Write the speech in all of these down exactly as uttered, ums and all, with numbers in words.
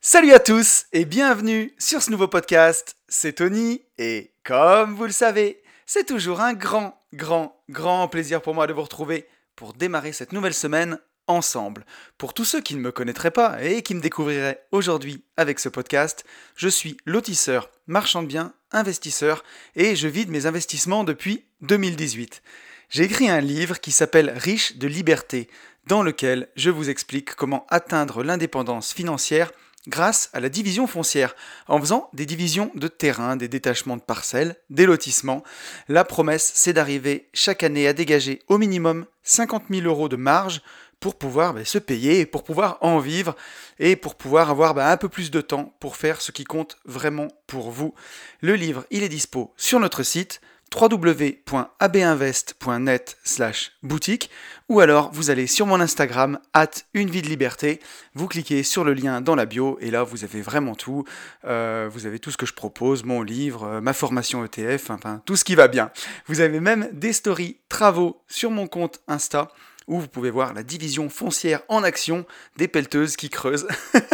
Salut à tous et bienvenue sur ce nouveau podcast, c'est Tony et comme vous le savez, c'est toujours un grand, grand, grand plaisir pour moi de vous retrouver pour démarrer cette nouvelle semaine ensemble. Pour tous ceux qui ne me connaîtraient pas et qui me découvriraient aujourd'hui avec ce podcast, je suis lotisseur, marchand de biens, investisseur et je vide mes investissements depuis deux mille dix-huit. J'ai écrit un livre qui s'appelle Riche de liberté, dans lequel je vous explique comment atteindre l'indépendance financière grâce à la division foncière, en faisant des divisions de terrain, des détachements de parcelles, des lotissements. La promesse, c'est d'arriver chaque année à dégager au minimum cinquante mille euros de marge pour pouvoir bah, se payer, pour pouvoir en vivre et pour pouvoir avoir bah, un peu plus de temps pour faire ce qui compte vraiment pour vous. Le livre, il est dispo sur notre site w w w point a b invest point net slash boutique ou alors vous allez sur mon Instagram arobase une vie de liberté, vous cliquez sur le lien dans la bio et là vous avez vraiment tout, euh, vous avez tout ce que je propose, mon livre, euh, ma formation E T F, enfin tout ce qui va bien. Vous avez même des stories travaux sur mon compte Insta où vous pouvez voir la division foncière en action des pelleteuses qui creusent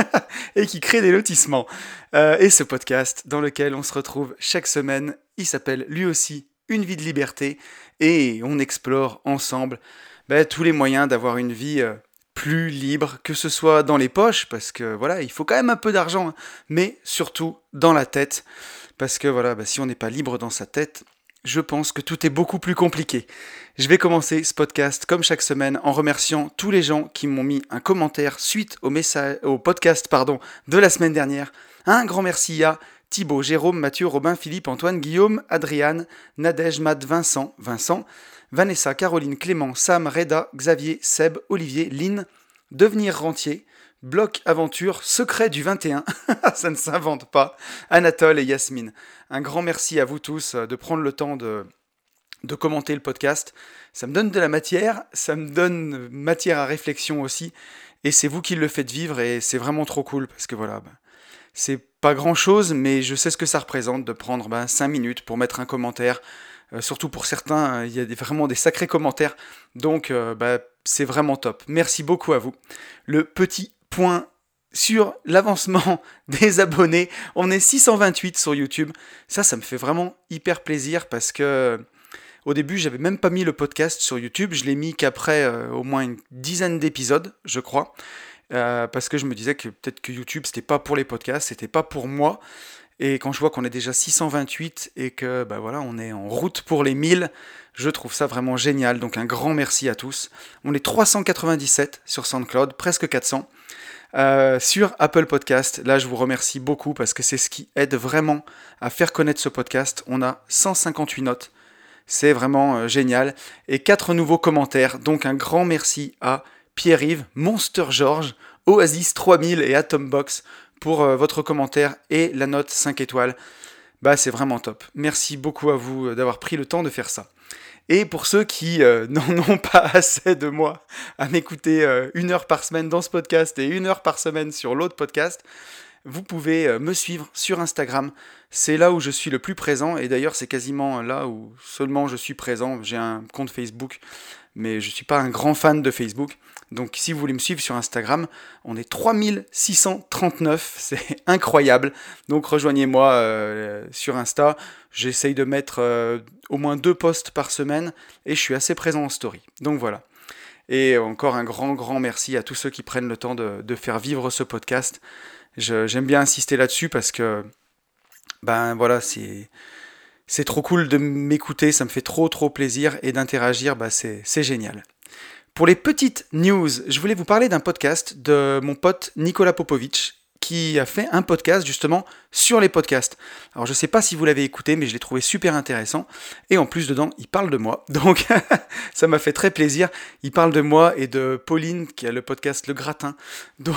et qui créent des lotissements. Euh, et ce podcast dans lequel on se retrouve chaque semaine, il s'appelle lui aussi Une vie de liberté et on explore ensemble ben, tous les moyens d'avoir une vie euh, plus libre, que ce soit dans les poches, parce que voilà, il faut quand même un peu d'argent, hein, mais surtout dans la tête, parce que voilà, ben, si on n'est pas libre dans sa tête, je pense que tout est beaucoup plus compliqué. Je vais commencer ce podcast comme chaque semaine en remerciant tous les gens qui m'ont mis un commentaire suite au, message, au podcast pardon, de la semaine dernière. Un grand merci à Thibaut, Jérôme, Mathieu, Robin, Philippe, Antoine, Guillaume, Adriane, Nadège, Matt, Vincent, Vincent, Vanessa, Caroline, Clément, Sam, Reda, Xavier, Seb, Olivier, Lynn, Devenir Rentier, Bloc Aventure, Secret du vingt et un, ça ne s'invente pas, Anatole et Yasmine. Un grand merci à vous tous de prendre le temps de, de commenter le podcast. Ça me donne de la matière, ça me donne matière à réflexion aussi, et c'est vous qui le faites vivre, et c'est vraiment trop cool, parce que voilà, bah, c'est pas grand chose, mais je sais ce que ça représente de prendre bah, cinq minutes pour mettre un commentaire. Euh, surtout pour certains, il euh, y a des, vraiment des sacrés commentaires. Donc, euh, bah, c'est vraiment top. Merci beaucoup à vous. Le petit point sur l'avancement des abonnés. On est six cent vingt-huit sur YouTube. Ça, ça me fait vraiment hyper plaisir parce que au début, j'avais même pas mis le podcast sur YouTube. Je l'ai mis qu'après euh, au moins une dizaine d'épisodes, je crois. Euh, parce que je me disais que peut-être que YouTube, c'était pas pour les podcasts, c'était pas pour moi. Et quand je vois qu'on est déjà six cent vingt-huit et que bah voilà, on est en route pour les mille, je trouve ça vraiment génial. Donc un grand merci à tous. On est trois cent quatre-vingt-dix-sept sur SoundCloud, presque quatre cents. Euh, sur Apple Podcast, là je vous remercie beaucoup parce que c'est ce qui aide vraiment à faire connaître ce podcast. On a cent cinquante-huit notes. C'est vraiment euh, génial. Et quatre nouveaux commentaires. Donc un grand merci à Pierre-Yves, Monster George, Oasis trois mille et Atombox pour euh, votre commentaire et la note cinq étoiles. Bah, c'est vraiment top. Merci beaucoup à vous euh, d'avoir pris le temps de faire ça. Et pour ceux qui euh, n'en ont pas assez de moi à m'écouter euh, une heure par semaine dans ce podcast et une heure par semaine sur l'autre podcast, vous pouvez euh, me suivre sur Instagram. C'est là où je suis le plus présent et d'ailleurs c'est quasiment là où seulement je suis présent. J'ai un compte Facebook, mais je ne suis pas un grand fan de Facebook. Donc si vous voulez me suivre sur Instagram, on est trois mille six cent trente-neuf, c'est incroyable. Donc rejoignez-moi euh, sur Insta, j'essaye de mettre euh, au moins deux posts par semaine et je suis assez présent en story. Donc voilà. Et encore un grand grand merci à tous ceux qui prennent le temps de, de faire vivre ce podcast. Je, j'aime bien insister là-dessus parce que ben voilà, c'est... C'est trop cool de m'écouter, ça me fait trop trop plaisir et d'interagir, bah c'est, c'est génial. Pour les petites news, je voulais vous parler d'un podcast de mon pote Nicolas Popovic qui a fait un podcast justement sur les podcasts. Alors je sais pas si vous l'avez écouté, mais je l'ai trouvé super intéressant. Et en plus dedans, il parle de moi, donc ça m'a fait très plaisir. Il parle de moi et de Pauline qui a le podcast Le Gratin. Donc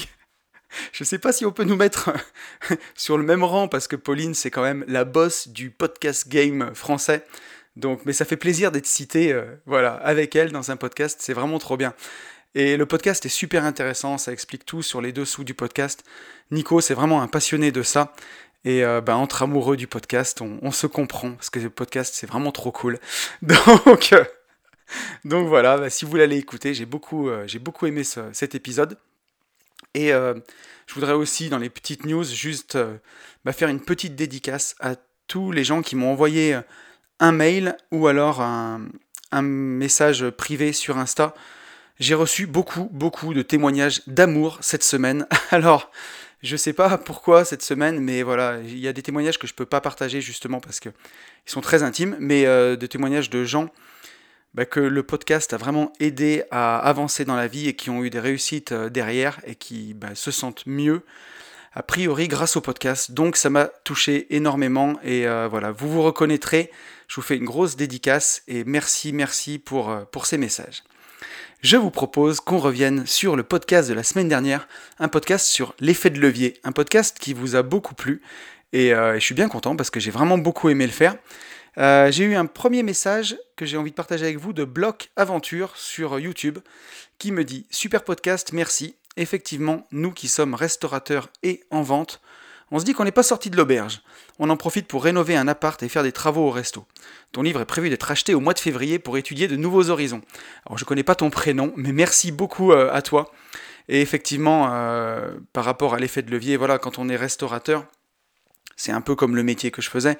je sais pas si on peut nous mettre sur le même rang parce que Pauline c'est quand même la boss du podcast game français. Donc, mais ça fait plaisir d'être cité, euh, voilà, avec elle dans un podcast, c'est vraiment trop bien. Et le podcast est super intéressant, ça explique tout sur les dessous du podcast. Nico, c'est vraiment un passionné de ça. Et euh, ben, entre amoureux du podcast, on, on se comprend parce que le podcast c'est vraiment trop cool. Donc, euh, donc voilà, bah, si vous l'allez écouter, j'ai beaucoup, euh, j'ai beaucoup aimé ce, cet épisode. Et euh, je voudrais aussi, dans les petites news, juste euh, bah, faire une petite dédicace à tous les gens qui m'ont envoyé un mail ou alors un, un message privé sur Insta. J'ai reçu beaucoup, beaucoup de témoignages d'amour cette semaine. Alors, je sais pas pourquoi cette semaine, mais voilà, il y a des témoignages que je peux pas partager justement parce que ils sont très intimes, mais euh, des témoignages de gens bah, que le podcast a vraiment aidé à avancer dans la vie et qui ont eu des réussites euh, derrière et qui bah, se sentent mieux, a priori grâce au podcast. Donc ça m'a touché énormément et euh, voilà, vous vous reconnaîtrez. Je vous fais une grosse dédicace et merci, merci pour, euh, pour ces messages. Je vous propose qu'on revienne sur le podcast de la semaine dernière, un podcast sur l'effet de levier, un podcast qui vous a beaucoup plu et euh, je suis bien content parce que j'ai vraiment beaucoup aimé le faire. Euh, j'ai eu un premier message que j'ai envie de partager avec vous de Bloc Aventure sur YouTube qui me dit « Super podcast, merci. Effectivement, nous qui sommes restaurateurs et en vente, on se dit qu'on n'est pas sorti de l'auberge. On en profite pour rénover un appart et faire des travaux au resto. Ton livre est prévu d'être acheté au mois de février pour étudier de nouveaux horizons. Alors je connais pas ton prénom, mais merci beaucoup euh, à toi. Et effectivement, euh, par rapport à l'effet de levier, voilà, quand on est restaurateur, c'est un peu comme le métier que je faisais.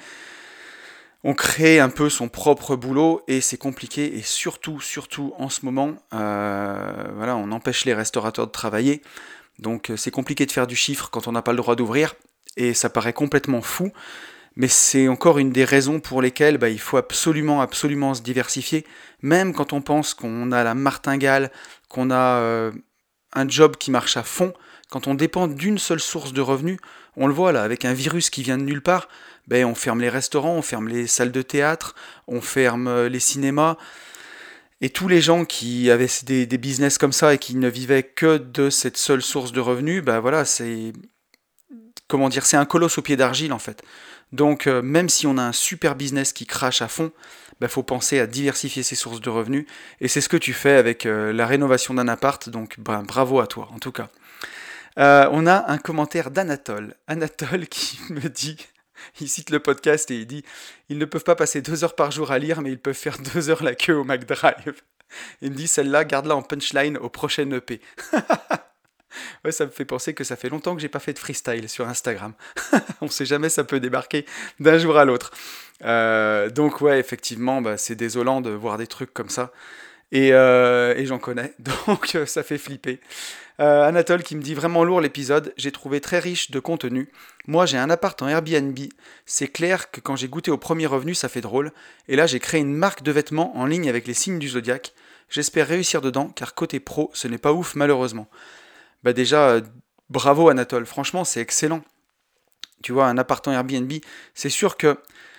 On crée un peu son propre boulot et c'est compliqué. Et surtout, surtout en ce moment, euh, voilà, on empêche les restaurateurs de travailler. Donc c'est compliqué de faire du chiffre quand on n'a pas le droit d'ouvrir. Et ça paraît complètement fou. Mais c'est encore une des raisons pour lesquelles bah, il faut absolument, absolument se diversifier. Même quand on pense qu'on a la martingale, qu'on a euh, un job qui marche à fond, quand on dépend d'une seule source de revenus, on le voit là, avec un virus qui vient de nulle part, ben, on ferme les restaurants, on ferme les salles de théâtre, on ferme les cinémas. Et tous les gens qui avaient des, des business comme ça et qui ne vivaient que de cette seule source de revenus, ben voilà, c'est... Comment dire, c'est un colosse au pied d'argile en fait. Donc euh, même si on a un super business qui crache à fond, il bah, faut penser à diversifier ses sources de revenus. Et c'est ce que tu fais avec euh, la rénovation d'un appart, donc bah, bravo à toi en tout cas. Euh, on a un commentaire d'Anatole. Anatole qui me dit, il cite le podcast et il dit « Ils ne peuvent pas passer deux heures par jour à lire, mais ils peuvent faire deux heures la queue au McDrive. » Il me dit « Celle-là, garde-la en punchline au prochain E P. » Ouais, ça me fait penser que ça fait longtemps que j'ai pas fait de freestyle sur Instagram. On sait jamais, ça peut débarquer d'un jour à l'autre. Euh, donc ouais, effectivement, bah, c'est désolant de voir des trucs comme ça. Et, euh, et j'en connais, donc euh, ça fait flipper. Euh, Anatole qui me dit vraiment lourd l'épisode, j'ai trouvé très riche de contenu. Moi j'ai un appart en Airbnb, c'est clair que quand j'ai goûté au premier revenu ça fait drôle. Et là j'ai créé une marque de vêtements en ligne avec les signes du zodiaque. J'espère réussir dedans car côté pro ce n'est pas ouf malheureusement. Bah déjà, euh, bravo Anatole, franchement c'est excellent. Tu vois, un appart en Airbnb, c'est sûr que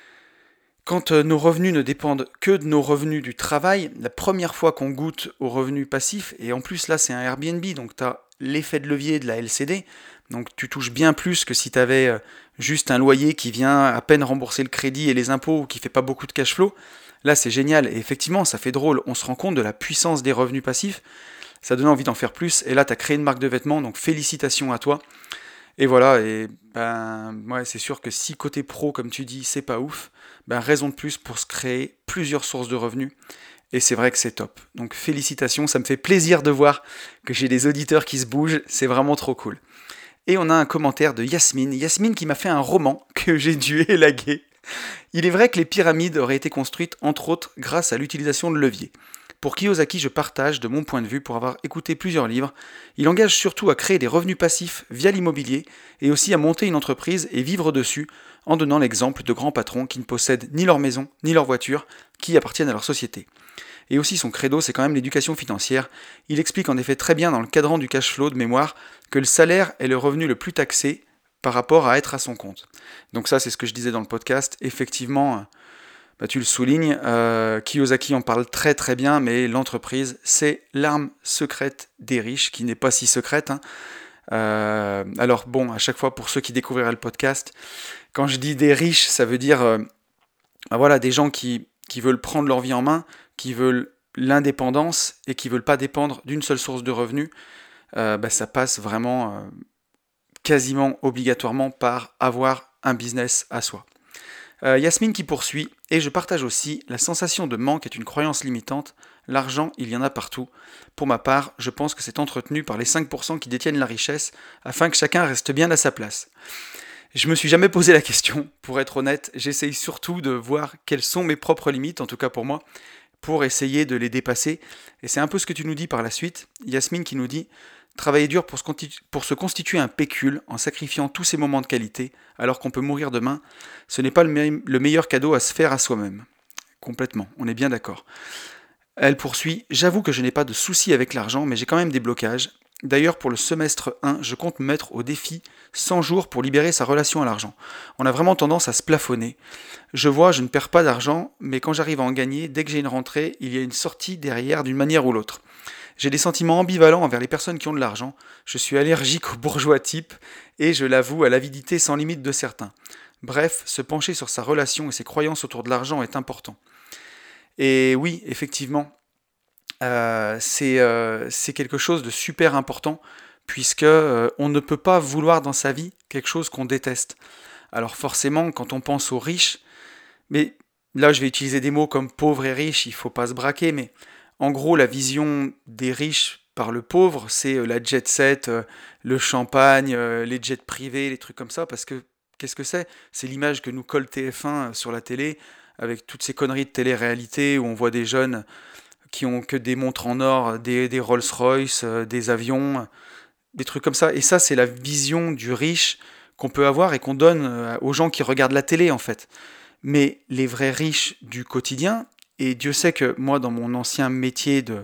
quand euh, nos revenus ne dépendent que de nos revenus du travail, la première fois qu'on goûte aux revenus passifs, et en plus là c'est un Airbnb, donc tu as l'effet de levier de la L C D, donc tu touches bien plus que si tu avais euh, juste un loyer qui vient à peine rembourser le crédit et les impôts ou qui fait pas beaucoup de cash flow. Là c'est génial, et effectivement ça fait drôle, on se rend compte de la puissance des revenus passifs, ça donne envie d'en faire plus, et là tu as créé une marque de vêtements, donc félicitations à toi. Et voilà, et ben ouais, c'est sûr que si côté pro, comme tu dis, c'est pas ouf, ben raison de plus pour se créer plusieurs sources de revenus. Et c'est vrai que c'est top. Donc félicitations, ça me fait plaisir de voir que j'ai des auditeurs qui se bougent, c'est vraiment trop cool. Et on a un commentaire de Yasmine, Yasmine qui m'a fait un roman que j'ai dû élaguer. Il est vrai que les pyramides auraient été construites entre autres grâce à l'utilisation de leviers. Pour Kiyosaki, je partage de mon point de vue pour avoir écouté plusieurs livres. Il engage surtout à créer des revenus passifs via l'immobilier et aussi à monter une entreprise et vivre dessus en donnant l'exemple de grands patrons qui ne possèdent ni leur maison ni leur voiture, qui appartiennent à leur société. Et aussi son credo, c'est quand même l'éducation financière. Il explique en effet très bien dans le cadran du cash flow de mémoire que le salaire est le revenu le plus taxé par rapport à être à son compte. Donc ça, c'est ce que je disais dans le podcast. Effectivement, bah, tu le soulignes, euh, Kiyosaki en parle très très bien, mais l'entreprise, c'est l'arme secrète des riches, qui n'est pas si secrète. Hein. Euh, alors bon, à chaque fois, pour ceux qui découvriraient le podcast, quand je dis des riches, ça veut dire euh, bah, voilà, des gens qui, qui veulent prendre leur vie en main, qui veulent l'indépendance et qui veulent pas dépendre d'une seule source de revenus. Euh, bah, ça passe vraiment euh, quasiment obligatoirement par avoir un business à soi. Euh, Yasmine qui poursuit, et je partage aussi, la sensation de manque est une croyance limitante, l'argent il y en a partout. Pour ma part, je pense que c'est entretenu par les cinq pour cent qui détiennent la richesse, afin que chacun reste bien à sa place. Je me suis jamais posé la question, pour être honnête, j'essaye surtout de voir quelles sont mes propres limites, en tout cas pour moi, pour essayer de les dépasser. Et c'est un peu ce que tu nous dis par la suite. Yasmine qui nous dit travailler dur pour se, constitu- pour se constituer un pécule en sacrifiant tous ces moments de qualité, alors qu'on peut mourir demain, ce n'est pas le, me- le meilleur cadeau à se faire à soi-même. Complètement, on est bien d'accord. Elle poursuit j'avoue que je n'ai pas de soucis avec l'argent, mais j'ai quand même des blocages. D'ailleurs, pour le semestre un, je compte me mettre au défi cent jours pour libérer sa relation à l'argent. On a vraiment tendance à se plafonner. Je vois, je ne perds pas d'argent, mais quand j'arrive à en gagner, dès que j'ai une rentrée, il y a une sortie derrière d'une manière ou l'autre. J'ai des sentiments ambivalents envers les personnes qui ont de l'argent, je suis allergique aux bourgeois types, et je l'avoue à l'avidité sans limite de certains. Bref, se pencher sur sa relation et ses croyances autour de l'argent est important. Et oui, effectivement, euh, c'est euh, c'est quelque chose de super important, puisque euh, on ne peut pas vouloir dans sa vie quelque chose qu'on déteste. Alors forcément, quand on pense aux riches, mais là je vais utiliser des mots comme pauvre et riche, il faut pas se braquer, mais en gros la vision des riches par le pauvre, c'est euh, la jet set, euh, le champagne, euh, les jets privés, les trucs comme ça, parce que qu'est-ce que c'est? C'est l'image que nous colle T F un sur la télé, avec toutes ces conneries de télé-réalité où on voit des jeunes qui ont que des montres en or, des, des Rolls-Royce, euh, des avions, des trucs comme ça. Et ça, c'est la vision du riche qu'on peut avoir et qu'on donne euh, aux gens qui regardent la télé, en fait. Mais les vrais riches du quotidien, et Dieu sait que moi, dans mon ancien métier de,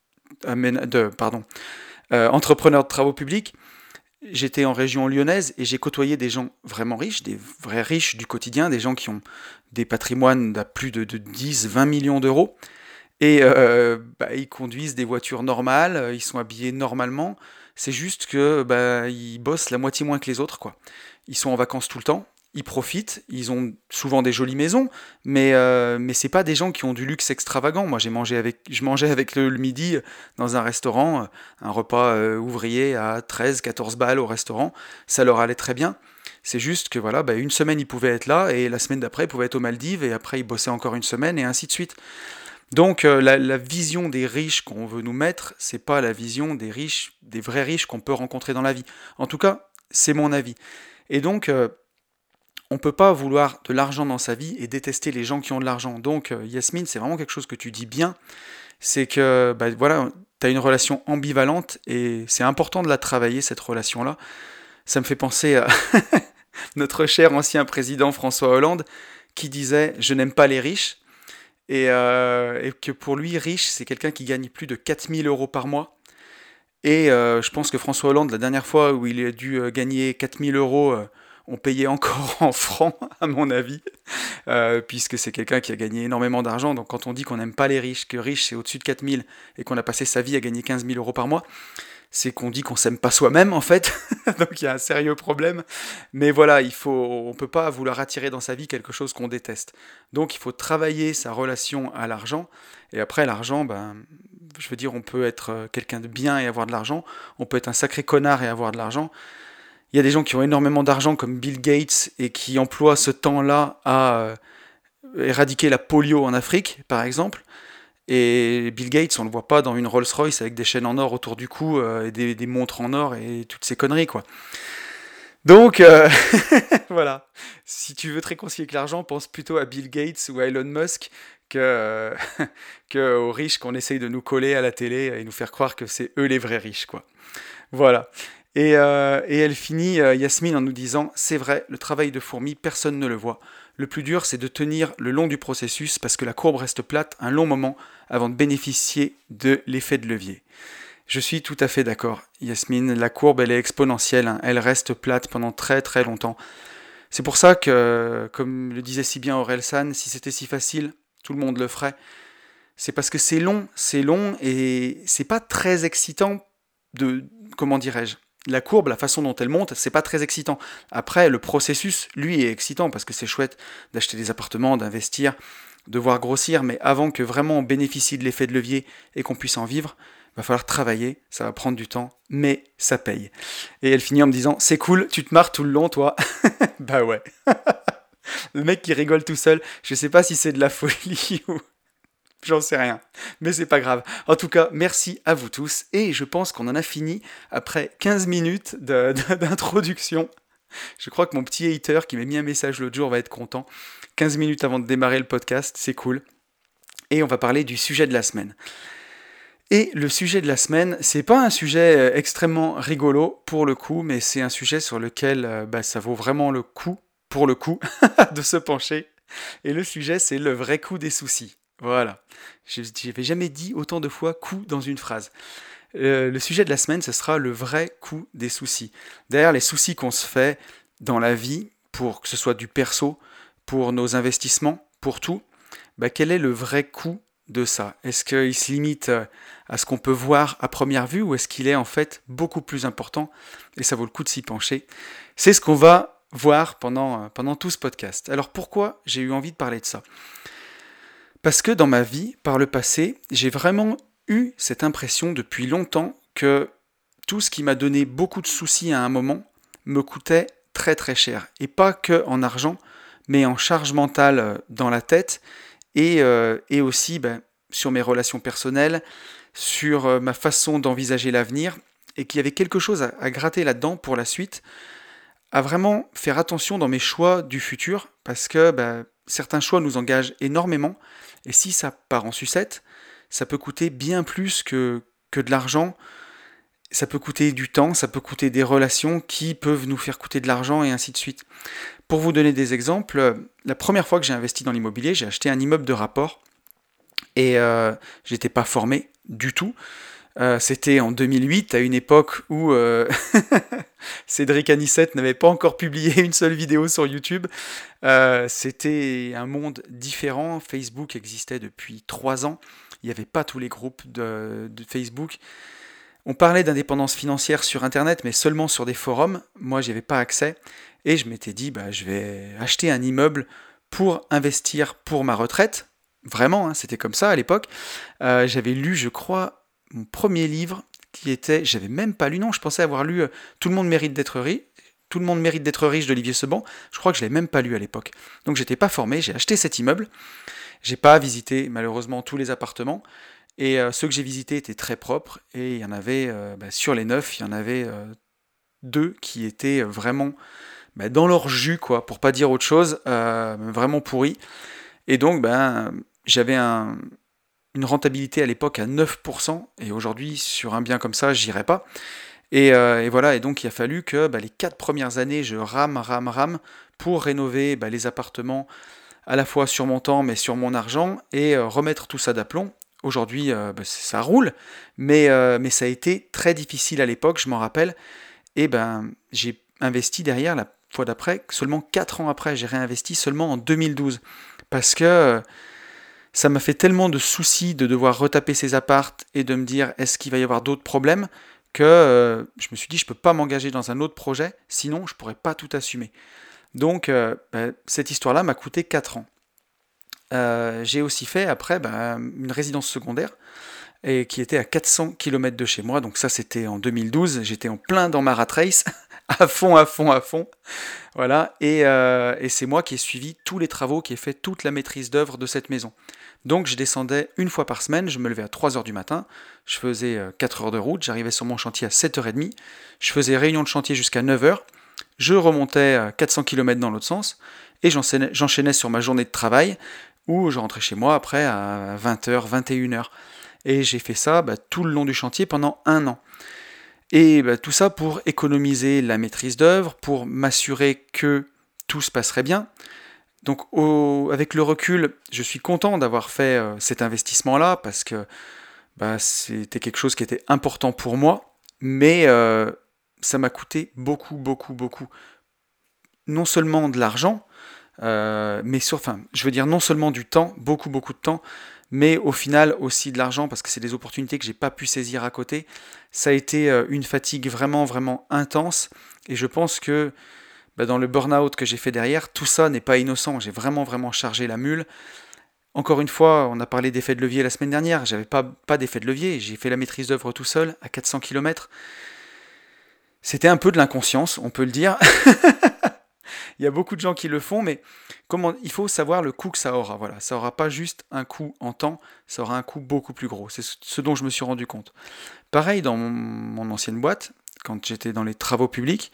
de pardon, euh, entrepreneur de travaux publics, j'étais en région lyonnaise et j'ai côtoyé des gens vraiment riches, des vrais riches du quotidien, des gens qui ont des patrimoines d'à plus de, de dix, vingt millions d'euros. Et euh, bah, ils conduisent des voitures normales, euh, ils sont habillés normalement. C'est juste que bah, ils bossent la moitié moins que les autres, quoi. Ils sont en vacances tout le temps, ils profitent, ils ont souvent des jolies maisons, mais euh, mais c'est pas des gens qui ont du luxe extravagant. Moi, j'ai mangé avec, je mangeais avec le, le midi dans un restaurant, euh, un repas euh, ouvrier à treize, quatorze balles au restaurant. Ça leur allait très bien. C'est juste que voilà, bah, une semaine ils pouvaient être là et la semaine d'après ils pouvaient être aux Maldives et après ils bossaient encore une semaine et ainsi de suite. Donc euh, la, la vision des riches qu'on veut nous mettre, c'est pas la vision des riches, des vrais riches qu'on peut rencontrer dans la vie. En tout cas, c'est mon avis. Et donc, euh, on peut pas vouloir de l'argent dans sa vie et détester les gens qui ont de l'argent. Donc, euh, Yasmine, c'est vraiment quelque chose que tu dis bien. C'est que, bah, voilà, tu as une relation ambivalente et c'est important de la travailler, cette relation-là. Ça me fait penser à notre cher ancien président François Hollande qui disait « Je n'aime pas les riches ». Et, euh, et que pour lui, riche, c'est quelqu'un qui gagne plus de quatre mille euros par mois. Et euh, je pense que François Hollande, la dernière fois où il a dû euh, gagner quatre mille euros, euh, on payait encore en francs, à mon avis, euh, puisque c'est quelqu'un qui a gagné énormément d'argent. Donc quand on dit qu'on n'aime pas les riches, que riche c'est au-dessus de quatre mille, et qu'on a passé sa vie à gagner quinze mille euros par mois, c'est qu'on dit qu'on s'aime pas soi-même en fait, donc il y a un sérieux problème. Mais voilà, il faut, on peut pas vouloir attirer dans sa vie quelque chose qu'on déteste. Donc il faut travailler sa relation à l'argent. Et après l'argent, ben, je veux dire, on peut être euh, quelqu'un de bien et avoir de l'argent. On peut être un sacré connard et avoir de l'argent. Il y a des gens qui ont énormément d'argent comme Bill Gates et qui emploient ce temps-là à euh, éradiquer la polio en Afrique, par exemple. Et Bill Gates, on le voit pas dans une Rolls-Royce avec des chaînes en or autour du cou euh, et des, des montres en or et toutes ces conneries, quoi. Donc, euh, voilà. Si tu veux te réconcilier avec l'argent, pense plutôt à Bill Gates ou à Elon Musk que, euh, que aux riches qu'on essaye de nous coller à la télé et nous faire croire que c'est eux les vrais riches, quoi. Voilà. Et, euh, et elle finit, euh, Yasmine, en nous disant c'est vrai, le travail de fourmi, personne ne le voit. Le plus dur, c'est de tenir le long du processus parce que la courbe reste plate un long moment avant de bénéficier de l'effet de levier. Je suis tout à fait d'accord, Yasmine. La courbe, elle est exponentielle. Hein. Elle reste plate pendant très très longtemps. C'est pour ça que, comme le disait si bien Aurel San, si c'était si facile, tout le monde le ferait. C'est parce que c'est long, c'est long et c'est pas très excitant de, comment dirais-je, la courbe, la façon dont elle monte, c'est pas très excitant. Après, le processus, lui, est excitant parce que c'est chouette d'acheter des appartements, d'investir, de voir grossir, mais avant que vraiment on bénéficie de l'effet de levier et qu'on puisse en vivre, il va falloir travailler, ça va prendre du temps, mais ça paye. Et elle finit en me disant, c'est cool, tu te marres tout le long, toi. Bah ouais. Le mec qui rigole tout seul, je sais pas si c'est de la folie ou... J'en sais rien, mais c'est pas grave. En tout cas, merci à vous tous, et je pense qu'on en a fini après quinze minutes de- de- d'introduction. Je crois que mon petit hater qui m'a mis un message l'autre jour va être content. quinze minutes avant de démarrer le podcast, c'est cool. Et on va parler du sujet de la semaine. Et le sujet de la semaine, c'est pas un sujet euh, extrêmement rigolo pour le coup, mais c'est un sujet sur lequel euh, bah, ça vaut vraiment le coup, pour le coup, de se pencher. Et le sujet, c'est le vrai coût des soucis. Voilà. Je n'avais jamais dit autant de fois coût dans une phrase. Euh, le sujet de la semaine, ce sera le vrai coût des soucis. Derrière les soucis qu'on se fait dans la vie, pour que ce soit du perso, pour nos investissements, pour tout, bah, quel est le vrai coût de ça? Est-ce qu'il se limite euh, à ce qu'on peut voir à première vue, ou est-ce qu'il est en fait beaucoup plus important et ça vaut le coup de s'y pencher? C'est ce qu'on va voir pendant, euh, pendant tout ce podcast. Alors pourquoi j'ai eu envie de parler de ça? Parce que dans ma vie, par le passé, j'ai vraiment eu cette impression depuis longtemps que tout ce qui m'a donné beaucoup de soucis à un moment me coûtait très très cher. Et pas que en argent, mais en charge mentale euh, dans la tête, et, euh, et aussi ben, sur mes relations personnelles, sur euh, ma façon d'envisager l'avenir, et qu'il y avait quelque chose à, à gratter là-dedans pour la suite, à vraiment faire attention dans mes choix du futur, parce que ben, certains choix nous engagent énormément, et si ça part en sucette, ça peut coûter bien plus que, que de l'argent. Ça peut coûter du temps, ça peut coûter des relations qui peuvent nous faire coûter de l'argent, et ainsi de suite. Pour vous donner des exemples, la première fois que j'ai investi dans l'immobilier, j'ai acheté un immeuble de rapport, et euh, j'étais pas formé du tout. Euh, c'était en deux mille huit, à une époque où euh, Cédric Anissette n'avait pas encore publié une seule vidéo sur YouTube. Euh, c'était un monde différent. Facebook existait depuis trois ans. Il n'y avait pas tous les groupes de, de Facebook. On parlait d'indépendance financière sur Internet, mais seulement sur des forums. Moi, j'y avais pas accès. Et je m'étais dit, bah, je vais acheter un immeuble pour investir pour ma retraite. Vraiment, hein, c'était comme ça à l'époque. Euh, j'avais lu, je crois, mon premier livre qui était... J'avais même pas lu, non, je pensais avoir lu euh, Tout le monde mérite d'être riche. Tout le monde mérite d'être riche d'Olivier Seban. Je crois que je l'ai même pas lu à l'époque. Donc j'étais pas formé, j'ai acheté cet immeuble. J'ai pas visité malheureusement tous les appartements. Et euh, ceux que j'ai visités étaient très propres, et il y en avait, euh, bah, sur les neuf, il y en avait euh, deux qui étaient vraiment bah, dans leur jus, quoi, pour pas dire autre chose, euh, vraiment pourris. Et donc, ben, j'avais un, une rentabilité à l'époque à neuf pour cent, et aujourd'hui, sur un bien comme ça, j'irais pas. Et, euh, et voilà, et donc il a fallu que bah, les quatre premières années, je rame, rame, rame, pour rénover bah, les appartements, à la fois sur mon temps, mais sur mon argent, et euh, remettre tout ça d'aplomb. Aujourd'hui, euh, bah, ça roule, mais, euh, mais ça a été très difficile à l'époque, je m'en rappelle. Et ben, j'ai investi derrière, la fois d'après, seulement quatre ans après, j'ai réinvesti seulement en deux mille douze. Parce que euh, ça m'a fait tellement de soucis de devoir retaper ces appartes et de me dire, est-ce qu'il va y avoir d'autres problèmes, que euh, je me suis dit, je ne peux pas m'engager dans un autre projet, sinon je ne pourrais pas tout assumer. Donc, euh, ben, cette histoire-là m'a coûté quatre ans. Euh, j'ai aussi fait après bah, une résidence secondaire, et qui était à quatre cents kilomètres de chez moi. Donc ça, c'était en deux mille douze. J'étais en plein dans ma rat race, à fond, à fond, à fond. Voilà. Et, euh, et c'est moi qui ai suivi tous les travaux, qui ai fait toute la maîtrise d'œuvre de cette maison. Donc je descendais une fois par semaine, je me levais à trois heures du matin, je faisais euh, quatre heures de route, j'arrivais sur mon chantier à sept heures trente, je faisais réunion de chantier jusqu'à neuf heures, je remontais à quatre cents kilomètres dans l'autre sens, et j'enchaînais, j'enchaînais sur ma journée de travail, où je rentrais chez moi après à vingt heures, vingt et une heures. Et j'ai fait ça bah, tout le long du chantier pendant un an. Et bah, tout ça pour économiser la maîtrise d'œuvre, pour m'assurer que tout se passerait bien. Donc au, avec le recul, je suis content d'avoir fait euh, cet investissement-là, parce que bah, c'était quelque chose qui était important pour moi, mais euh, ça m'a coûté beaucoup, beaucoup, beaucoup. Non seulement de l'argent, euh, mais sur, enfin, je veux dire non seulement du temps, beaucoup, beaucoup de temps, mais au final aussi de l'argent, parce que c'est des opportunités que j'ai pas pu saisir à côté. Ça a été euh, une fatigue vraiment, vraiment intense, et je pense que bah, dans le burn-out que j'ai fait derrière, tout ça n'est pas innocent. J'ai vraiment, vraiment chargé la mule. Encore une fois, on a parlé d'effet de levier la semaine dernière, j'avais pas, pas d'effet de levier, j'ai fait la maîtrise d'œuvre tout seul, à quatre cents kilomètres. C'était un peu de l'inconscience, on peut le dire. Il y a beaucoup de gens qui le font, mais comment, il faut savoir le coût que ça aura. Voilà, ça aura pas juste un coût en temps, ça aura un coût beaucoup plus gros. C'est ce ce dont je me suis rendu compte. Pareil dans mon, mon ancienne boîte, quand j'étais dans les travaux publics,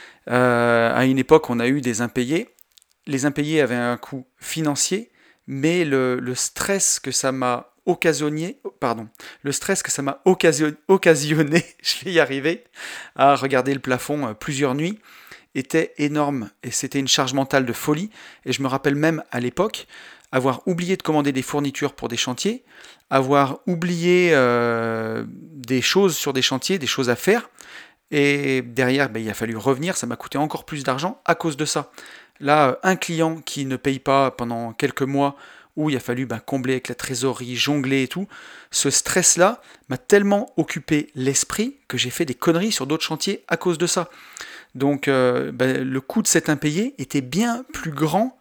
euh, à une époque, on a eu des impayés. Les impayés avaient un coût financier, mais le, le stress que ça m'a occasionné, pardon, le stress que ça m'a occasion- occasionné, je vais y arriver, à regarder le plafond euh, plusieurs nuits, était énorme. Et c'était une charge mentale de folie. Et je me rappelle même à l'époque avoir oublié de commander des fournitures pour des chantiers, avoir oublié euh, des choses sur des chantiers, des choses à faire. Et derrière, ben, il a fallu revenir, ça m'a coûté encore plus d'argent à cause de ça. Là, un client qui ne paye pas pendant quelques mois, où il a fallu ben, combler avec la trésorerie, jongler et tout, ce stress-là m'a tellement occupé l'esprit que j'ai fait des conneries sur d'autres chantiers à cause de ça. Donc euh, ben, le coût de cet impayé était bien plus grand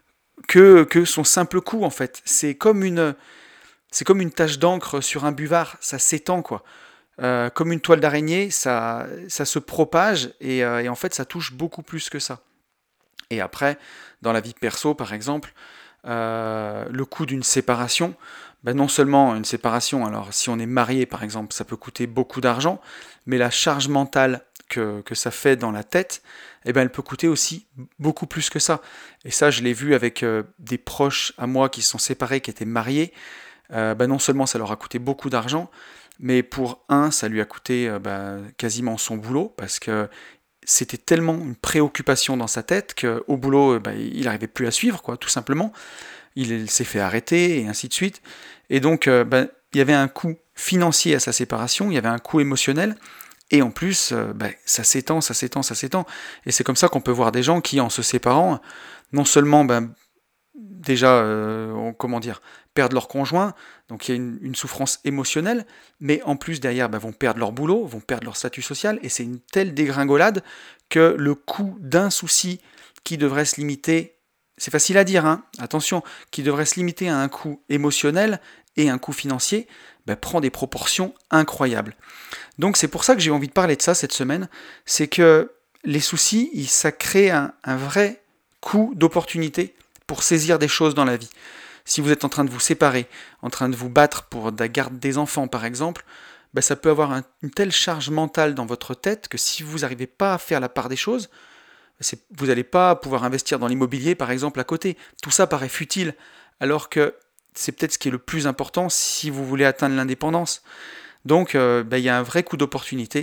que, que son simple coût en fait. C'est comme une, c'est comme une tache d'encre sur un buvard, ça s'étend quoi. Euh, comme une toile d'araignée, ça, ça se propage et, euh, et en fait ça touche beaucoup plus que ça. Et après, dans la vie perso par exemple, euh, le coût d'une séparation, ben non seulement une séparation, alors si on est marié par exemple, ça peut coûter beaucoup d'argent, mais la charge mentale que, que ça fait dans la tête, eh ben elle peut coûter aussi beaucoup plus que ça. Et ça, je l'ai vu avec euh, des proches à moi qui se sont séparés, qui étaient mariés. Euh, ben non seulement ça leur a coûté beaucoup d'argent, mais pour un, ça lui a coûté euh, ben, quasiment son boulot, parce que c'était tellement une préoccupation dans sa tête qu'au boulot, ben, il n'arrivait plus à suivre, quoi, tout simplement. Il, il s'est fait arrêter, et ainsi de suite. Et donc, euh, ben, il y avait un coût financier à sa séparation, il y avait un coût émotionnel, et en plus, euh, ben, ça s'étend, ça s'étend, ça s'étend. Et c'est comme ça qu'on peut voir des gens qui, en se séparant, non seulement ben, déjà, euh, comment dire, perdent leur conjoint, donc il y a une, une souffrance émotionnelle, mais en plus derrière bah, vont perdre leur boulot, vont perdre leur statut social, et c'est une telle dégringolade que le coût d'un souci qui devrait se limiter, c'est facile à dire, hein, attention, qui devrait se limiter à un coût émotionnel et un coût financier, bah, prend des proportions incroyables. Donc c'est pour ça que j'ai envie de parler de ça cette semaine, c'est que les soucis, ça crée un, un vrai coût d'opportunité pour saisir des choses dans la vie. Si vous êtes en train de vous séparer, en train de vous battre pour la garde des enfants par exemple, ben ça peut avoir un, une telle charge mentale dans votre tête que si vous n'arrivez pas à faire la part des choses, c'est, vous n'allez pas pouvoir investir dans l'immobilier par exemple à côté. Tout ça paraît futile, alors que c'est peut-être ce qui est le plus important si vous voulez atteindre l'indépendance. Donc euh, ben, il y a un vrai coût d'opportunité.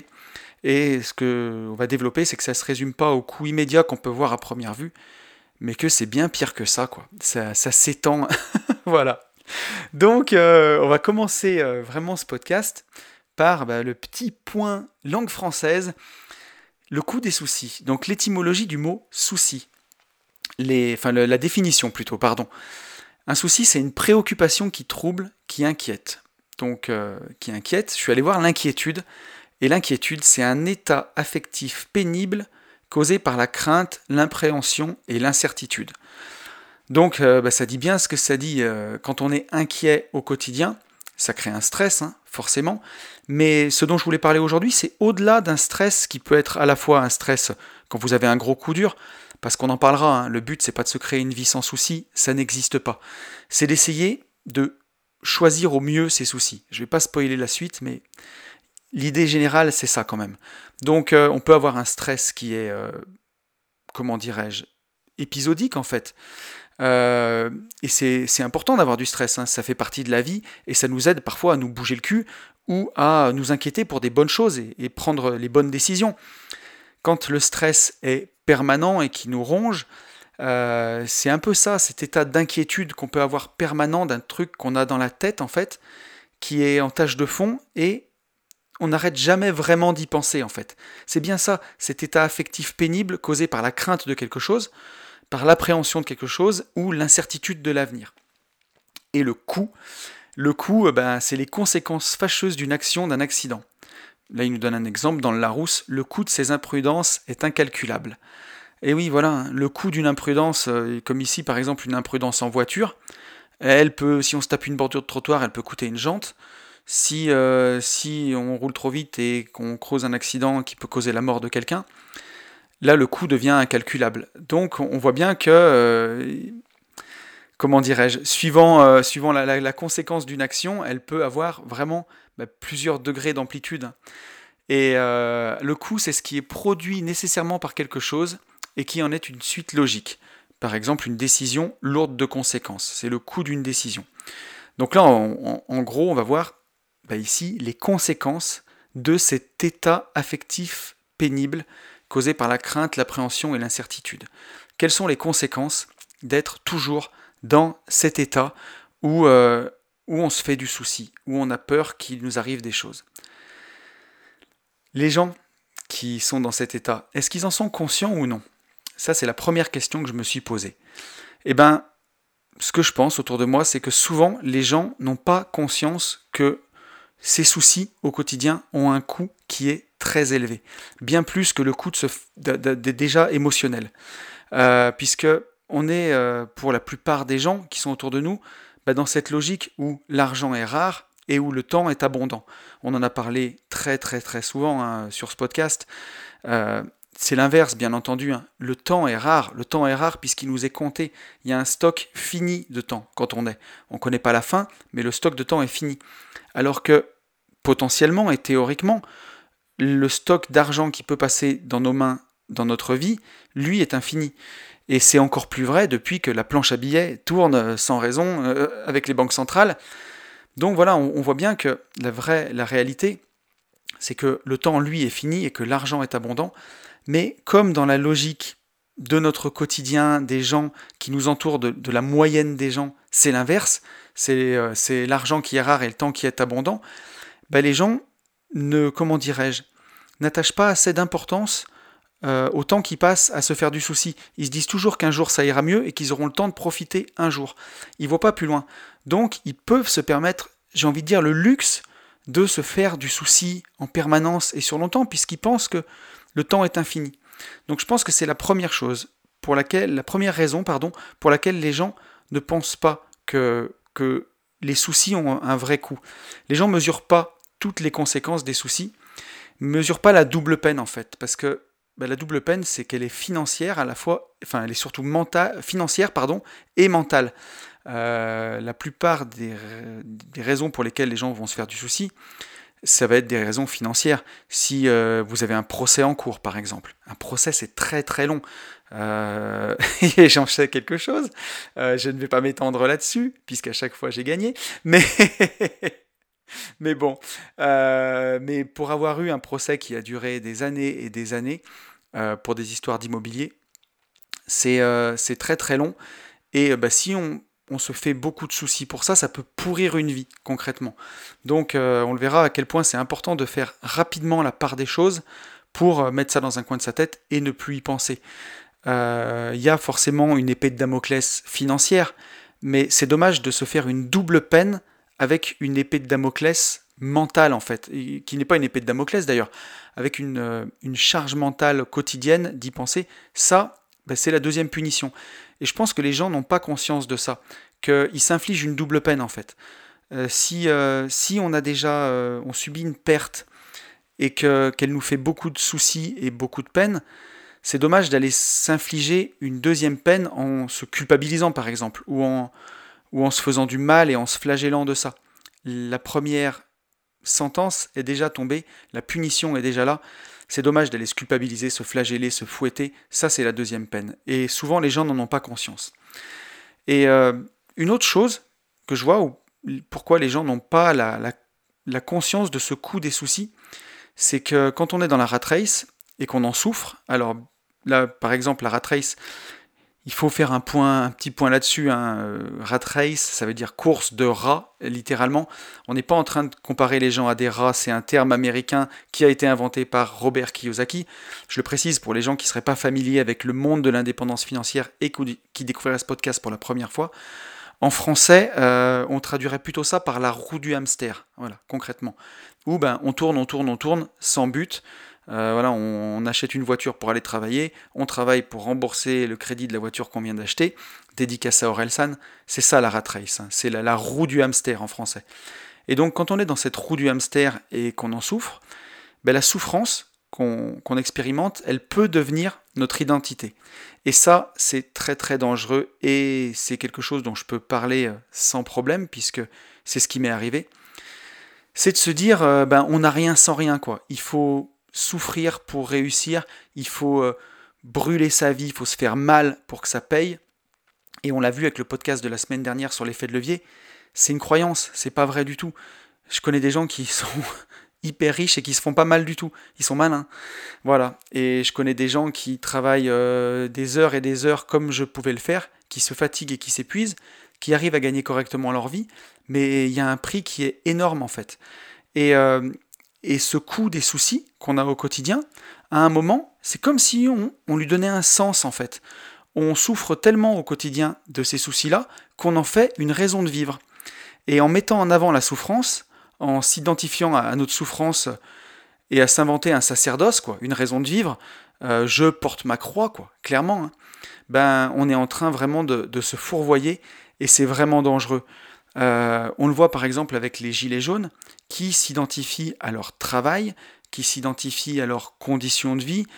Et ce qu'on va développer, c'est que ça ne se résume pas au coût immédiat qu'on peut voir à première vue, mais que c'est bien pire que ça, quoi. Ça, ça s'étend, voilà. Donc, euh, on va commencer euh, vraiment ce podcast par bah, le petit point langue française, le coût des soucis. Donc, l'étymologie du mot souci. Les, enfin, le- la définition plutôt, pardon. Un souci, c'est une préoccupation qui trouble, qui inquiète. Donc, euh, qui inquiète, je suis allé voir l'inquiétude. Et l'inquiétude, c'est un état affectif pénible causé par la crainte, l'impréhension et l'incertitude. Donc euh, bah, ça dit bien ce que ça dit. Euh, quand on est inquiet au quotidien, ça crée un stress, hein, forcément. Mais ce dont je voulais parler aujourd'hui, c'est au-delà d'un stress qui peut être à la fois un stress quand vous avez un gros coup dur, parce qu'on en parlera, hein, le but c'est pas de se créer une vie sans soucis, ça n'existe pas. C'est d'essayer de choisir au mieux ses soucis. Je vais pas spoiler la suite, mais l'idée générale c'est ça quand même. Donc euh, on peut avoir un stress qui est, euh, comment dirais-je, épisodique en fait. Euh, et c'est, c'est important d'avoir du stress, hein, ça fait partie de la vie et ça nous aide parfois à nous bouger le cul ou à nous inquiéter pour des bonnes choses et, et prendre les bonnes décisions. Quand le stress est permanent et qui nous ronge, euh, c'est un peu ça, cet état d'inquiétude qu'on peut avoir permanent d'un truc qu'on a dans la tête en fait, qui est en tâche de fond et on n'arrête jamais vraiment d'y penser en fait. C'est bien ça, cet état affectif pénible causé par la crainte de quelque chose, par l'appréhension de quelque chose ou l'incertitude de l'avenir. Et le coût, le coût, ben, c'est les conséquences fâcheuses d'une action, d'un accident. Là, il nous donne un exemple dans le Larousse, le coût de ces imprudences est incalculable. Et oui, voilà, le coût d'une imprudence, comme ici par exemple une imprudence en voiture, elle peut, si on se tape une bordure de trottoir, elle peut coûter une jante. Si, euh, si on roule trop vite et qu'on cause un accident qui peut causer la mort de quelqu'un, là le coût devient incalculable. Donc on voit bien que, euh, comment dirais-je, suivant, euh, suivant la, la- la conséquence d'une action, elle peut avoir vraiment bah, plusieurs degrés d'amplitude. Et euh, le coût, c'est ce qui est produit nécessairement par quelque chose et qui en est une suite logique. Par exemple, une décision lourde de conséquences. C'est le coût d'une décision. Donc là, en, en- en gros, on va voir bah, ici les conséquences de cet état affectif pénible causé par la crainte, l'appréhension et l'incertitude. Quelles sont les conséquences d'être toujours dans cet état où, euh, où on se fait du souci, où on a peur qu'il nous arrive des choses? Les gens qui sont dans cet état, est-ce qu'ils en sont conscients ou non? Ça, c'est la première question que je me suis posée. Eh bien, ce que je pense autour de moi, c'est que souvent, les gens n'ont pas conscience que ces soucis au quotidien ont un coût qui est très élevé, bien plus que le coût de ce, de, de, de déjà émotionnel. Euh, puisque on est, euh, pour la plupart des gens qui sont autour de nous, bah, dans cette logique où l'argent est rare et où le temps est abondant. On en a parlé très très très souvent hein, sur ce podcast. Euh, c'est l'inverse, bien entendu. Hein. Le temps est rare. Le temps est rare puisqu'il nous est compté. Il y a un stock fini de temps quand on est. On ne connaît pas la fin, mais le stock de temps est fini. Alors que potentiellement et théoriquement, le stock d'argent qui peut passer dans nos mains dans notre vie, lui, est infini. Et c'est encore plus vrai depuis que la planche à billets tourne sans raison euh, avec les banques centrales. Donc voilà, on, on voit bien que la vraie, la réalité, c'est que le temps, lui, est fini et que l'argent est abondant. Mais comme dans la logique de notre quotidien, des gens qui nous entourent, de, de la moyenne des gens, c'est l'inverse, c'est, euh, c'est l'argent qui est rare et le temps qui est abondant, ben les gens ne, comment dirais-je, n'attachent pas assez d'importance euh, au temps qu'ils passent à se faire du souci. Ils se disent toujours qu'un jour ça ira mieux et qu'ils auront le temps de profiter un jour. Ils ne voient pas plus loin. Donc ils peuvent se permettre, j'ai envie de dire, le luxe de se faire du souci en permanence et sur longtemps, puisqu'ils pensent que le temps est infini. Donc je pense que c'est la première chose, pour laquelle, la première raison, pardon, pour laquelle les gens ne pensent pas que, que les soucis ont un vrai coût. Les gens ne mesurent pas toutes les conséquences des soucis, ne mesurent pas la double peine en fait, parce que bah, la double peine, c'est qu'elle est financière à la fois, enfin elle est surtout mentale, financière pardon, et mentale. Euh, la plupart des, des raisons pour lesquelles les gens vont se faire du souci, ça va être des raisons financières. Si euh, vous avez un procès en cours, par exemple, un procès c'est très très long. Euh, et j'en sais quelque chose. Euh, je ne vais pas m'étendre là-dessus, puisqu'à chaque fois j'ai gagné. Mais mais bon, euh, mais pour avoir eu un procès qui a duré des années et des années euh, pour des histoires d'immobilier, c'est euh, c'est très très long. Et euh, bah, si on, on se fait beaucoup de soucis pour ça, ça peut pourrir une vie concrètement. Donc euh, on le verra à quel point c'est important de faire rapidement la part des choses pour euh, mettre ça dans un coin de sa tête et ne plus y penser. Il euh, y a forcément une épée de Damoclès financière, mais c'est dommage de se faire une double peine avec une épée de Damoclès mentale en fait, et qui n'est pas une épée de Damoclès d'ailleurs, avec une, euh, une charge mentale quotidienne d'y penser. Ça, ben, c'est la deuxième punition. Et je pense que les gens n'ont pas conscience de ça, qu'ils s'infligent une double peine en fait. Euh, si, euh, si on a déjà, euh, on subit une perte et que, qu'elle nous fait beaucoup de soucis et beaucoup de peine, c'est dommage d'aller s'infliger une deuxième peine en se culpabilisant par exemple, ou en, ou en se faisant du mal et en se flagellant de ça. La première sentence est déjà tombée, la punition est déjà là. C'est dommage d'aller se culpabiliser, se flageller, se fouetter. Ça, c'est la deuxième peine. Et souvent, les gens n'en ont pas conscience. Et euh, une autre chose que je vois, ou pourquoi les gens n'ont pas la, la, la conscience de ce coût des soucis, c'est que quand on est dans la rat race et qu'on en souffre, alors là, par exemple, la rat race, il faut faire un point, un petit point là-dessus. Hein. Rat race, ça veut dire course de rats, littéralement. On n'est pas en train de comparer les gens à des rats. C'est un terme américain qui a été inventé par Robert Kiyosaki. Je le précise pour les gens qui ne seraient pas familiers avec le monde de l'indépendance financière et qui découvriraient ce podcast pour la première fois. En français, euh, on traduirait plutôt ça par la roue du hamster, voilà, concrètement. Où ben, on tourne, on tourne, on tourne, sans but. Euh, voilà, on, on achète une voiture pour aller travailler, on travaille pour rembourser le crédit de la voiture qu'on vient d'acheter, dédicace à Orelsan, c'est ça la rat race, hein, c'est la, la roue du hamster en français. Et donc quand on est dans cette roue du hamster et qu'on en souffre, ben, la souffrance qu'on, qu'on expérimente, elle peut devenir notre identité. Et ça, c'est très très dangereux et c'est quelque chose dont je peux parler sans problème puisque c'est ce qui m'est arrivé. C'est de se dire, euh, ben, on n'a rien sans rien, quoi. Il faut souffrir pour réussir, il faut euh, brûler sa vie, il faut se faire mal pour que ça paye. Et on l'a vu avec le podcast de la semaine dernière sur l'effet de levier, c'est une croyance, c'est pas vrai du tout. Je connais des gens qui sont hyper riches et qui se font pas mal du tout, ils sont malins. Voilà, et je connais des gens qui travaillent euh, des heures et des heures comme je pouvais le faire, qui se fatiguent et qui s'épuisent, qui arrivent à gagner correctement leur vie, mais il y a un prix qui est énorme en fait. Et, euh, et ce coût des soucis qu'on a au quotidien, à un moment, c'est comme si on, on lui donnait un sens en fait. On souffre tellement au quotidien de ces soucis-là qu'on en fait une raison de vivre. Et en mettant en avant la souffrance, en s'identifiant à notre souffrance et à s'inventer un sacerdoce, quoi, une raison de vivre, euh, je porte ma croix, quoi, clairement, hein, ben, on est en train vraiment de, de se fourvoyer et c'est vraiment dangereux. Euh, on le voit par exemple avec les gilets jaunes qui s'identifient à leur travail, qui s'identifient à leurs conditions de vie,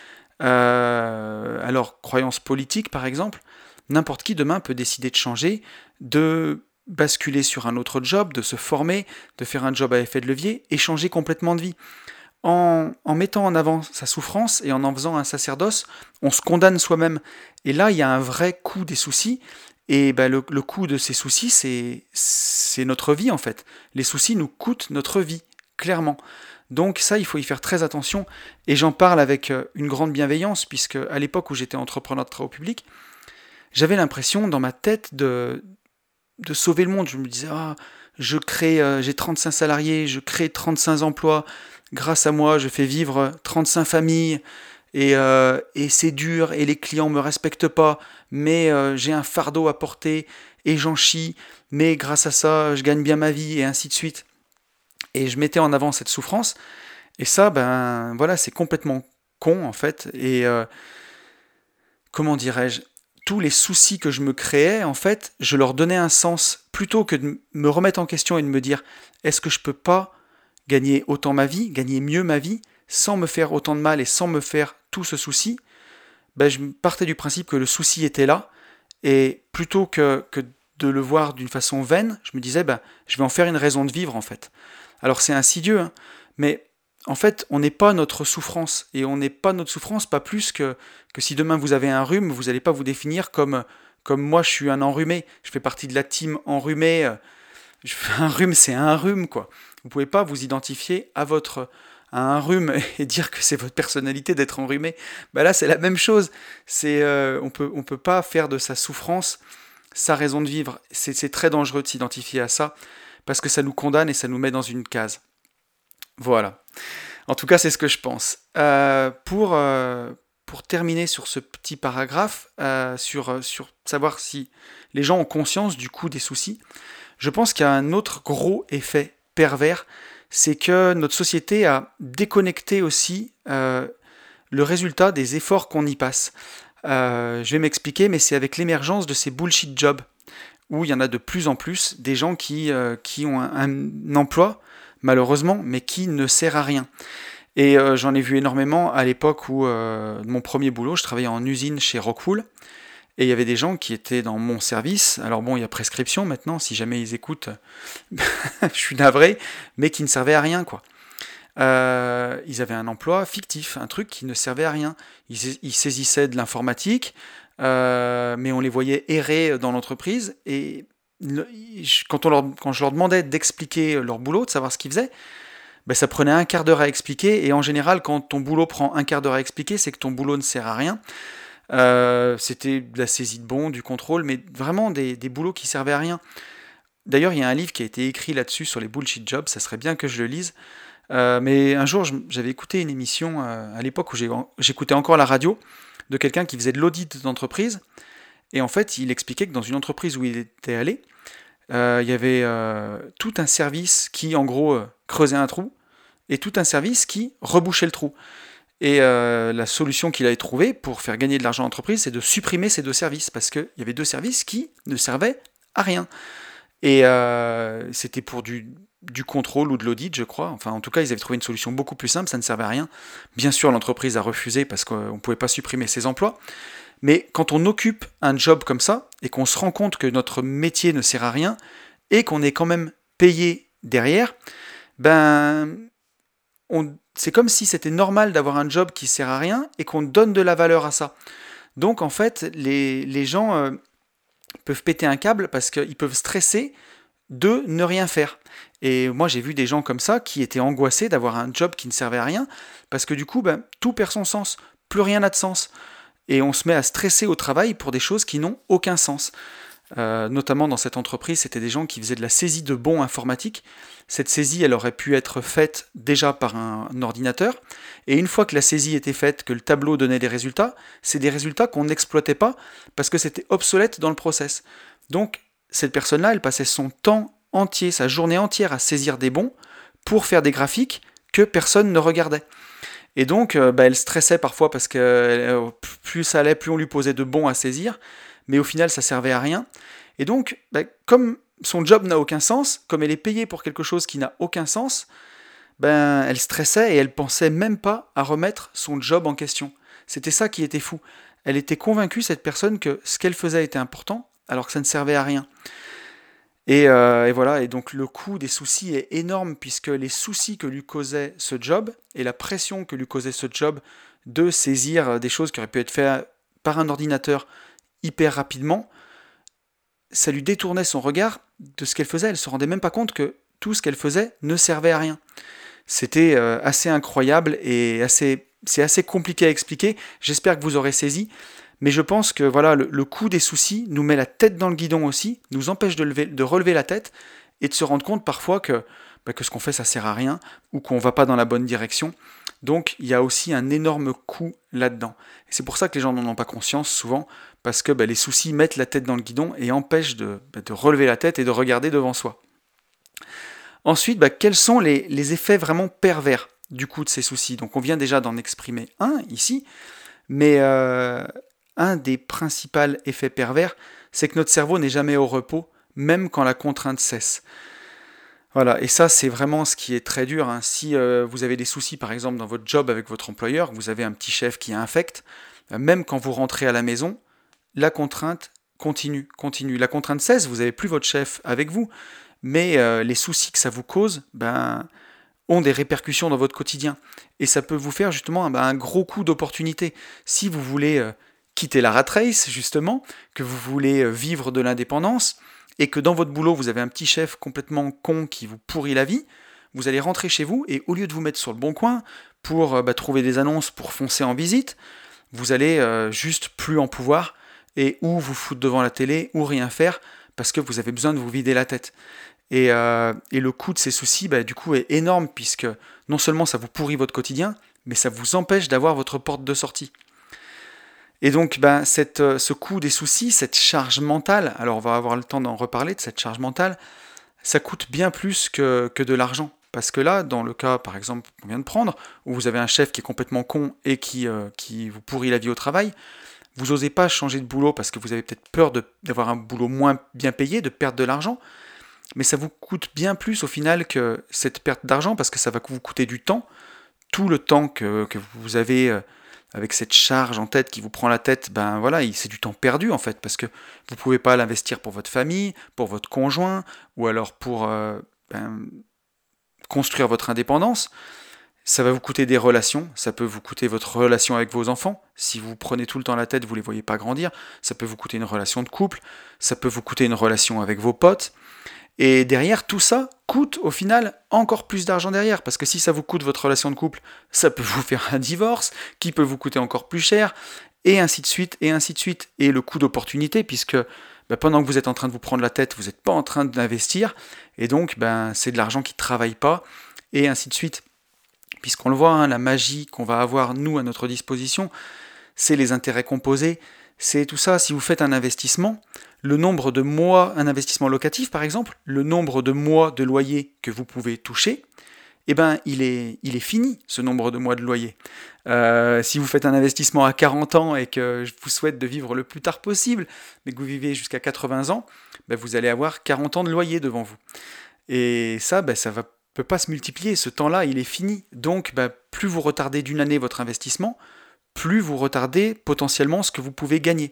euh, à leurs croyances politiques par exemple. N'importe qui demain peut décider de changer, de basculer sur un autre job, de se former, de faire un job à effet de levier et changer complètement de vie. En, en mettant en avant sa souffrance et en en faisant un sacerdoce, on se condamne soi-même. Et là, il y a un vrai coût des soucis. Et ben, le, le coût de ces soucis, c'est, c'est notre vie en fait. Les soucis nous coûtent notre vie, clairement. Donc ça, il faut y faire très attention. Et j'en parle avec une grande bienveillance, puisque à l'époque où j'étais entrepreneur de travaux publics, j'avais l'impression dans ma tête de, de sauver le monde. Je me disais, ah, je crée, euh, j'ai trente-cinq salariés, je crée trente-cinq emplois. Grâce à moi, je fais vivre trente-cinq familles. Et, euh, et c'est dur, et les clients me respectent pas, mais euh, j'ai un fardeau à porter, et j'en chie, mais grâce à ça, je gagne bien ma vie, et ainsi de suite. Et je mettais en avant cette souffrance, et ça, ben voilà, c'est complètement con, en fait, et euh, comment dirais-je, tous les soucis que je me créais, en fait, je leur donnais un sens, plutôt que de me remettre en question et de me dire, est-ce que je peux pas gagner autant ma vie, gagner mieux ma vie, sans me faire autant de mal et sans me faire tout ce souci, ben je partais du principe que le souci était là, et plutôt que, que de le voir d'une façon vaine, je me disais, ben, je vais en faire une raison de vivre en fait. Alors c'est insidieux, hein, mais en fait, on n'est pas notre souffrance, et on n'est pas notre souffrance pas plus que, que si demain vous avez un rhume, vous n'allez pas vous définir comme, comme moi je suis un enrhumé, je fais partie de la team enrhumé, je fais un rhume c'est un rhume quoi. Vous pouvez pas vous identifier à votre à un rhume et dire que c'est votre personnalité d'être enrhumé. Bah là c'est la même chose. C'est euh, on peut on peut pas faire de sa souffrance sa raison de vivre. C'est, c'est très dangereux de s'identifier à ça parce que ça nous condamne et ça nous met dans une case. Voilà. En tout cas c'est ce que je pense. Euh, pour euh, pour terminer sur ce petit paragraphe euh, sur sur savoir si les gens ont conscience du coût des soucis. Je pense qu'il y a un autre gros effet pervers, c'est que notre société a déconnecté aussi euh, le résultat des efforts qu'on y passe. Euh, je vais m'expliquer, mais c'est avec l'émergence de ces bullshit jobs, où il y en a de plus en plus des gens qui, euh, qui ont un, un emploi, malheureusement, mais qui ne sert à rien. Et euh, j'en ai vu énormément à l'époque où, euh, de mon premier boulot, je travaillais en usine chez Rockwool, et il y avait des gens qui étaient dans mon service, alors bon, il y a prescription maintenant, si jamais ils écoutent, je suis navré, mais qui ne servaient à rien, quoi. Euh, ils avaient un emploi fictif, un truc qui ne servait à rien. Ils, ils saisissaient de l'informatique, euh, mais on les voyait errer dans l'entreprise, et quand, on leur, quand je leur demandais d'expliquer leur boulot, de savoir ce qu'ils faisaient, ben ça prenait un quart d'heure à expliquer, et en général, quand ton boulot prend un quart d'heure à expliquer, c'est que ton boulot ne sert à rien. Euh, c'était de la saisie de bons, du contrôle, mais vraiment des, des boulots qui servaient à rien. D'ailleurs, il y a un livre qui a été écrit là-dessus sur les bullshit jobs, ça serait bien que je le lise. Euh, mais un jour, je, j'avais écouté une émission euh, à l'époque où j'ai, j'écoutais encore la radio de quelqu'un qui faisait de l'audit d'entreprise, et en fait, il expliquait que dans une entreprise où il était allé, euh, il y avait euh, tout un service qui, en gros, euh, creusait un trou, et tout un service qui rebouchait le trou. Et euh, la solution qu'il avait trouvée pour faire gagner de l'argent à l'entreprise, c'est de supprimer ces deux services, parce qu'il y avait deux services qui ne servaient à rien. Et euh, c'était pour du, du contrôle ou de l'audit, je crois. Enfin, en tout cas, ils avaient trouvé une solution beaucoup plus simple, ça ne servait à rien. Bien sûr, l'entreprise a refusé parce qu'on ne pouvait pas supprimer ses emplois. Mais quand on occupe un job comme ça, et qu'on se rend compte que notre métier ne sert à rien, et qu'on est quand même payé derrière, ben, on, c'est comme si c'était normal d'avoir un job qui sert à rien, et qu'on donne de la valeur à ça. Donc en fait, les, les gens euh, peuvent péter un câble parce qu'ils peuvent stresser de ne rien faire. Et moi, j'ai vu des gens comme ça qui étaient angoissés d'avoir un job qui ne servait à rien, parce que du coup, ben, tout perd son sens, plus rien n'a de sens. Et on se met à stresser au travail pour des choses qui n'ont aucun sens. Euh, notamment dans cette entreprise, c'était des gens qui faisaient de la saisie de bons informatiques. Cette saisie, elle aurait pu être faite déjà par un, un ordinateur. Et une fois que la saisie était faite, que le tableau donnait des résultats, c'est des résultats qu'on n'exploitait pas parce que c'était obsolète dans le process. Donc, cette personne-là, elle passait son temps entier, sa journée entière à saisir des bons pour faire des graphiques que personne ne regardait. Et donc, euh, bah, elle stressait parfois parce que euh, plus ça allait, plus on lui posait de bons à saisir, mais au final, ça servait à rien. Et donc, bah, comme son job n'a aucun sens, comme elle est payée pour quelque chose qui n'a aucun sens, ben, elle stressait et elle pensait même pas à remettre son job en question. C'était ça qui était fou. Elle était convaincue, cette personne, que ce qu'elle faisait était important, alors que ça ne servait à rien. Et, euh, et voilà, et donc le coût des soucis est énorme puisque les soucis que lui causait ce job et la pression que lui causait ce job de saisir des choses qui auraient pu être faites par un ordinateur hyper rapidement, ça lui détournait son regard de ce qu'elle faisait. Elle ne se rendait même pas compte que tout ce qu'elle faisait ne servait à rien. C'était euh, assez incroyable et assez, c'est assez compliqué à expliquer. J'espère que vous aurez saisi. Mais je pense que voilà, le, le coût des soucis nous met la tête dans le guidon aussi, nous empêche de, lever, de relever la tête et de se rendre compte parfois que, bah, que ce qu'on fait, ça sert à rien ou qu'on ne va pas dans la bonne direction. Donc il y a aussi un énorme coût là-dedans. Et c'est pour ça que les gens n'en ont pas conscience souvent, parce que bah, les soucis mettent la tête dans le guidon et empêchent de, bah, de relever la tête et de regarder devant soi. Ensuite, bah, quels sont les, les effets vraiment pervers du coup de ces soucis? Donc on vient déjà d'en exprimer un ici, mais euh, un des principaux effets pervers, c'est que notre cerveau n'est jamais au repos, même quand la contrainte cesse. Voilà, et ça c'est vraiment ce qui est très dur. Hein. Si euh, vous avez des soucis par exemple dans votre job avec votre employeur, vous avez un petit chef qui est infect, euh, même quand vous rentrez à la maison, la contrainte continue, continue. La contrainte cesse, vous n'avez plus votre chef avec vous, mais euh, les soucis que ça vous cause, ben, ont des répercussions dans votre quotidien. Et ça peut vous faire justement ben, un gros coup d'opportunité. Si vous voulez euh, quitter la rat race, justement, que vous voulez euh, vivre de l'indépendance, et que dans votre boulot, vous avez un petit chef complètement con qui vous pourrit la vie, vous allez rentrer chez vous, et au lieu de vous mettre sur le bon coin pour euh, bah, trouver des annonces pour foncer en visite, vous allez euh, juste plus en pouvoir, et ou vous foutre devant la télé, ou rien faire, parce que vous avez besoin de vous vider la tête. Et, euh, et le coût de ces soucis, bah, du coup, est énorme, puisque non seulement ça vous pourrit votre quotidien, mais ça vous empêche d'avoir votre porte de sortie. Et donc, ben, cette, euh, ce coût des soucis, cette charge mentale, alors on va avoir le temps d'en reparler, de cette charge mentale, ça coûte bien plus que, que de l'argent. Parce que là, dans le cas, par exemple, qu'on vient de prendre, où vous avez un chef qui est complètement con et qui, euh, qui vous pourrit la vie au travail, vous n'osez pas changer de boulot parce que vous avez peut-être peur de, d'avoir un boulot moins bien payé, de perdre de l'argent, mais ça vous coûte bien plus au final que cette perte d'argent, parce que ça va vous coûter du temps, tout le temps que, que vous avez euh, avec cette charge en tête qui vous prend la tête, ben voilà, c'est du temps perdu en fait, parce que vous ne pouvez pas l'investir pour votre famille, pour votre conjoint, ou alors pour euh, ben, construire votre indépendance. Ça va vous coûter des relations, ça peut vous coûter votre relation avec vos enfants. Si vous prenez tout le temps la tête, vous ne les voyez pas grandir. Ça peut vous coûter une relation de couple, ça peut vous coûter une relation avec vos potes. Et derrière, tout ça coûte au final encore plus d'argent derrière. Parce que si ça vous coûte votre relation de couple, ça peut vous faire un divorce, qui peut vous coûter encore plus cher, et ainsi de suite, et ainsi de suite. Et le coût d'opportunité, puisque ben, pendant que vous êtes en train de vous prendre la tête, vous n'êtes pas en train d'investir, et donc ben, c'est de l'argent qui ne travaille pas, et ainsi de suite. Puisqu'on le voit, hein, la magie qu'on va avoir, nous, à notre disposition, c'est les intérêts composés, c'est tout ça. Si vous faites un investissement, le nombre de mois, un investissement locatif par exemple, le nombre de mois de loyer que vous pouvez toucher, eh ben, il est, il est fini, ce nombre de mois de loyer. Euh, si vous faites un investissement à quarante ans et que je vous souhaite de vivre le plus tard possible, mais que vous vivez jusqu'à quatre-vingts ans, ben vous allez avoir quarante ans de loyer devant vous. Et ça, bah, ça va peut pas se multiplier. Ce temps-là, il est fini. Donc, bah, plus vous retardez d'une année votre investissement, plus vous retardez potentiellement ce que vous pouvez gagner.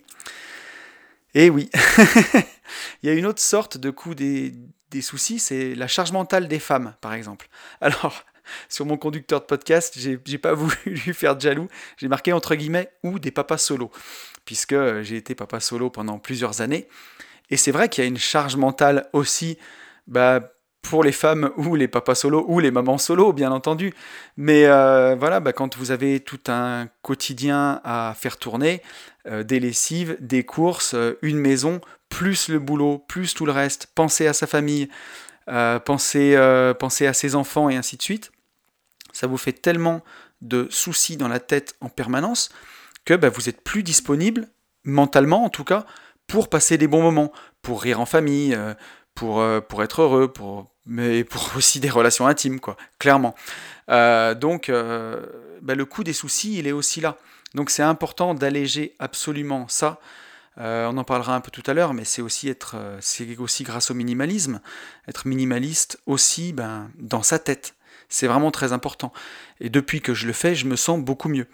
Et oui, il y a une autre sorte de coût des, des soucis, c'est la charge mentale des femmes, par exemple. Alors, sur mon conducteur de podcast, j'ai, j'ai pas voulu lui faire de jaloux, j'ai marqué entre guillemets ou des papas solo, puisque euh, j'ai été papa solo pendant plusieurs années. Et c'est vrai qu'il y a une charge mentale aussi, bah, pour les femmes ou les papas solo ou les mamans solo, bien entendu. Mais euh, voilà, bah, quand vous avez tout un quotidien à faire tourner, euh, des lessives, des courses, euh, une maison, plus le boulot, plus tout le reste, penser à sa famille, euh, penser, euh, penser à ses enfants et ainsi de suite, ça vous fait tellement de soucis dans la tête en permanence que bah, vous êtes plus disponible, mentalement en tout cas, pour passer des bons moments, pour rire en famille, euh, pour, euh, pour être heureux, pour, mais pour aussi des relations intimes, quoi, clairement. Euh, donc, euh, bah, le coût des soucis, il est aussi là. Donc, c'est important d'alléger absolument ça. Euh, on en parlera un peu tout à l'heure, mais c'est aussi être, euh, c'est aussi grâce au minimalisme, être minimaliste aussi, ben, dans sa tête. C'est vraiment très important. Et depuis que je le fais, je me sens beaucoup mieux.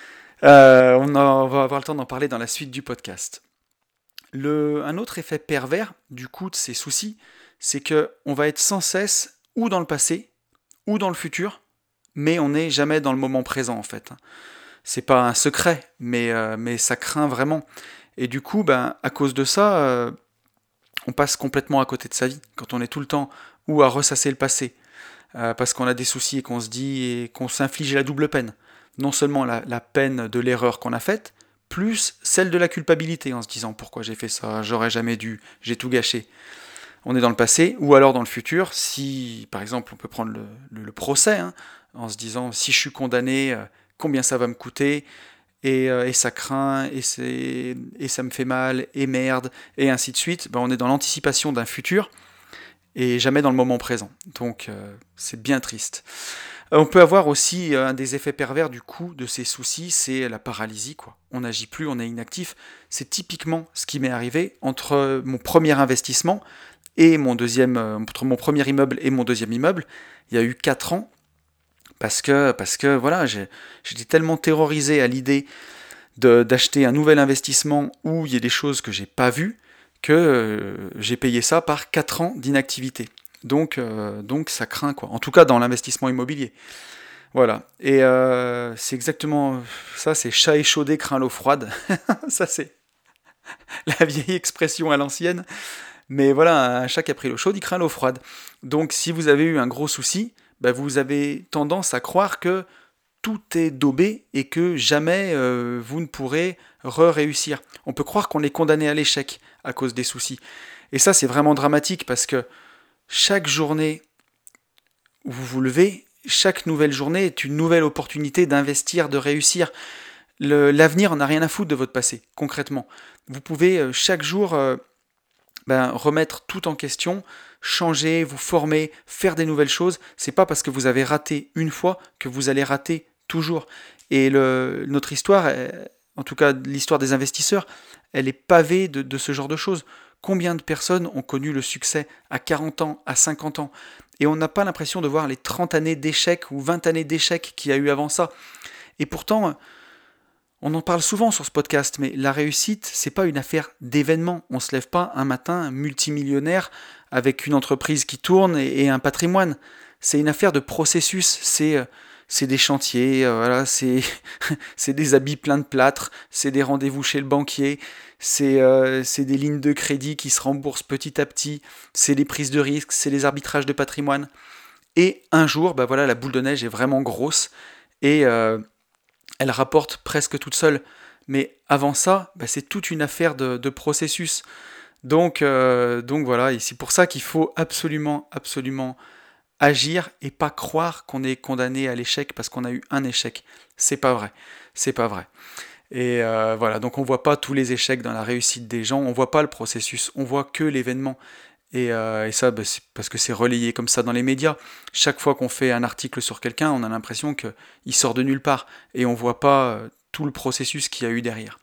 Euh, on, en- on va avoir le temps d'en parler dans la suite du podcast. Le, un autre effet pervers du coup de ces soucis, c'est que on va être sans cesse ou dans le passé ou dans le futur, mais on n'est jamais dans le moment présent en fait. C'est pas un secret, mais, euh, mais ça craint vraiment. Et du coup, ben, à cause de ça, euh, on passe complètement à côté de sa vie quand on est tout le temps ou à ressasser le passé, euh, parce qu'on a des soucis et qu'on se dit et qu'on s'inflige la double peine. Non seulement la, la peine de l'erreur qu'on a faite, plus celle de la culpabilité en se disant pourquoi j'ai fait ça, j'aurais jamais dû, j'ai tout gâché. On est dans le passé, ou alors dans le futur, si par exemple on peut prendre le, le, le procès, hein, en se disant si je suis condamné, euh, combien ça va me coûter, et, euh, et ça craint, et, c'est, et ça me fait mal, et merde, et ainsi de suite, ben on est dans l'anticipation d'un futur, et jamais dans le moment présent. Donc euh, c'est bien triste. On peut avoir aussi euh, un des effets pervers du coup de ces soucis, c'est la paralysie, quoi. On n'agit plus, on est inactif. C'est typiquement ce qui m'est arrivé entre mon premier investissement et mon deuxième, euh, entre mon premier immeuble et mon deuxième immeuble. Il y a eu quatre ans parce que, parce que voilà, j'ai, j'étais tellement terrorisé à l'idée de, d'acheter un nouvel investissement où il y a des choses que j'ai pas vues que euh, j'ai payé ça par quatre ans d'inactivité. Donc, euh, donc ça craint, quoi. En tout cas dans l'investissement immobilier. Voilà. Et euh, c'est exactement ça, c'est chat échaudé craint l'eau froide. Ça, c'est la vieille expression à l'ancienne. Mais voilà, un chat qui a pris l'eau chaude, il craint l'eau froide. Donc si vous avez eu un gros souci, bah, vous avez tendance à croire que tout est daubé et que jamais euh, vous ne pourrez re-réussir. On peut croire qu'on est condamné à l'échec à cause des soucis. Et ça, c'est vraiment dramatique parce que chaque journée où vous vous levez, chaque nouvelle journée est une nouvelle opportunité d'investir, de réussir. Le, l'avenir n'a rien à foutre de votre passé, concrètement. Vous pouvez euh, chaque jour euh, ben, remettre tout en question, changer, vous former, faire des nouvelles choses. C'est pas parce que vous avez raté une fois que vous allez rater toujours. Et le, notre histoire, elle, en tout cas l'histoire des investisseurs, elle est pavée de, de ce genre de choses. Combien de personnes ont connu le succès à quarante ans, à cinquante ans, et on n'a pas l'impression de voir les trente années d'échecs ou vingt années d'échecs qu'il y a eu avant ça. Et pourtant, on en parle souvent sur ce podcast, mais la réussite, c'est pas une affaire d'événements. On se lève pas un matin multimillionnaire avec une entreprise qui tourne et, et un patrimoine. C'est une affaire de processus. C'est euh, c'est des chantiers, euh, voilà, c'est c'est des habits pleins de plâtre, c'est des rendez-vous chez le banquier, c'est euh, c'est des lignes de crédit qui se remboursent petit à petit, c'est les prises de risques, c'est les arbitrages de patrimoine. Et un jour, bah voilà, la boule de neige est vraiment grosse et euh, elle rapporte presque toute seule. Mais avant ça, bah, c'est toute une affaire de, de processus. Donc, euh, donc voilà, et c'est pour ça qu'il faut absolument, absolument agir et pas croire qu'on est condamné à l'échec parce qu'on a eu un échec. C'est pas vrai. C'est pas vrai. Et euh, voilà, donc on voit pas tous les échecs dans la réussite des gens, on voit pas le processus, on voit que l'événement. Et, euh, et ça, bah, c'est parce que c'est relayé comme ça dans les médias. Chaque fois qu'on fait un article sur quelqu'un, on a l'impression qu'il sort de nulle part et on voit pas euh, tout le processus qu'il y a eu derrière.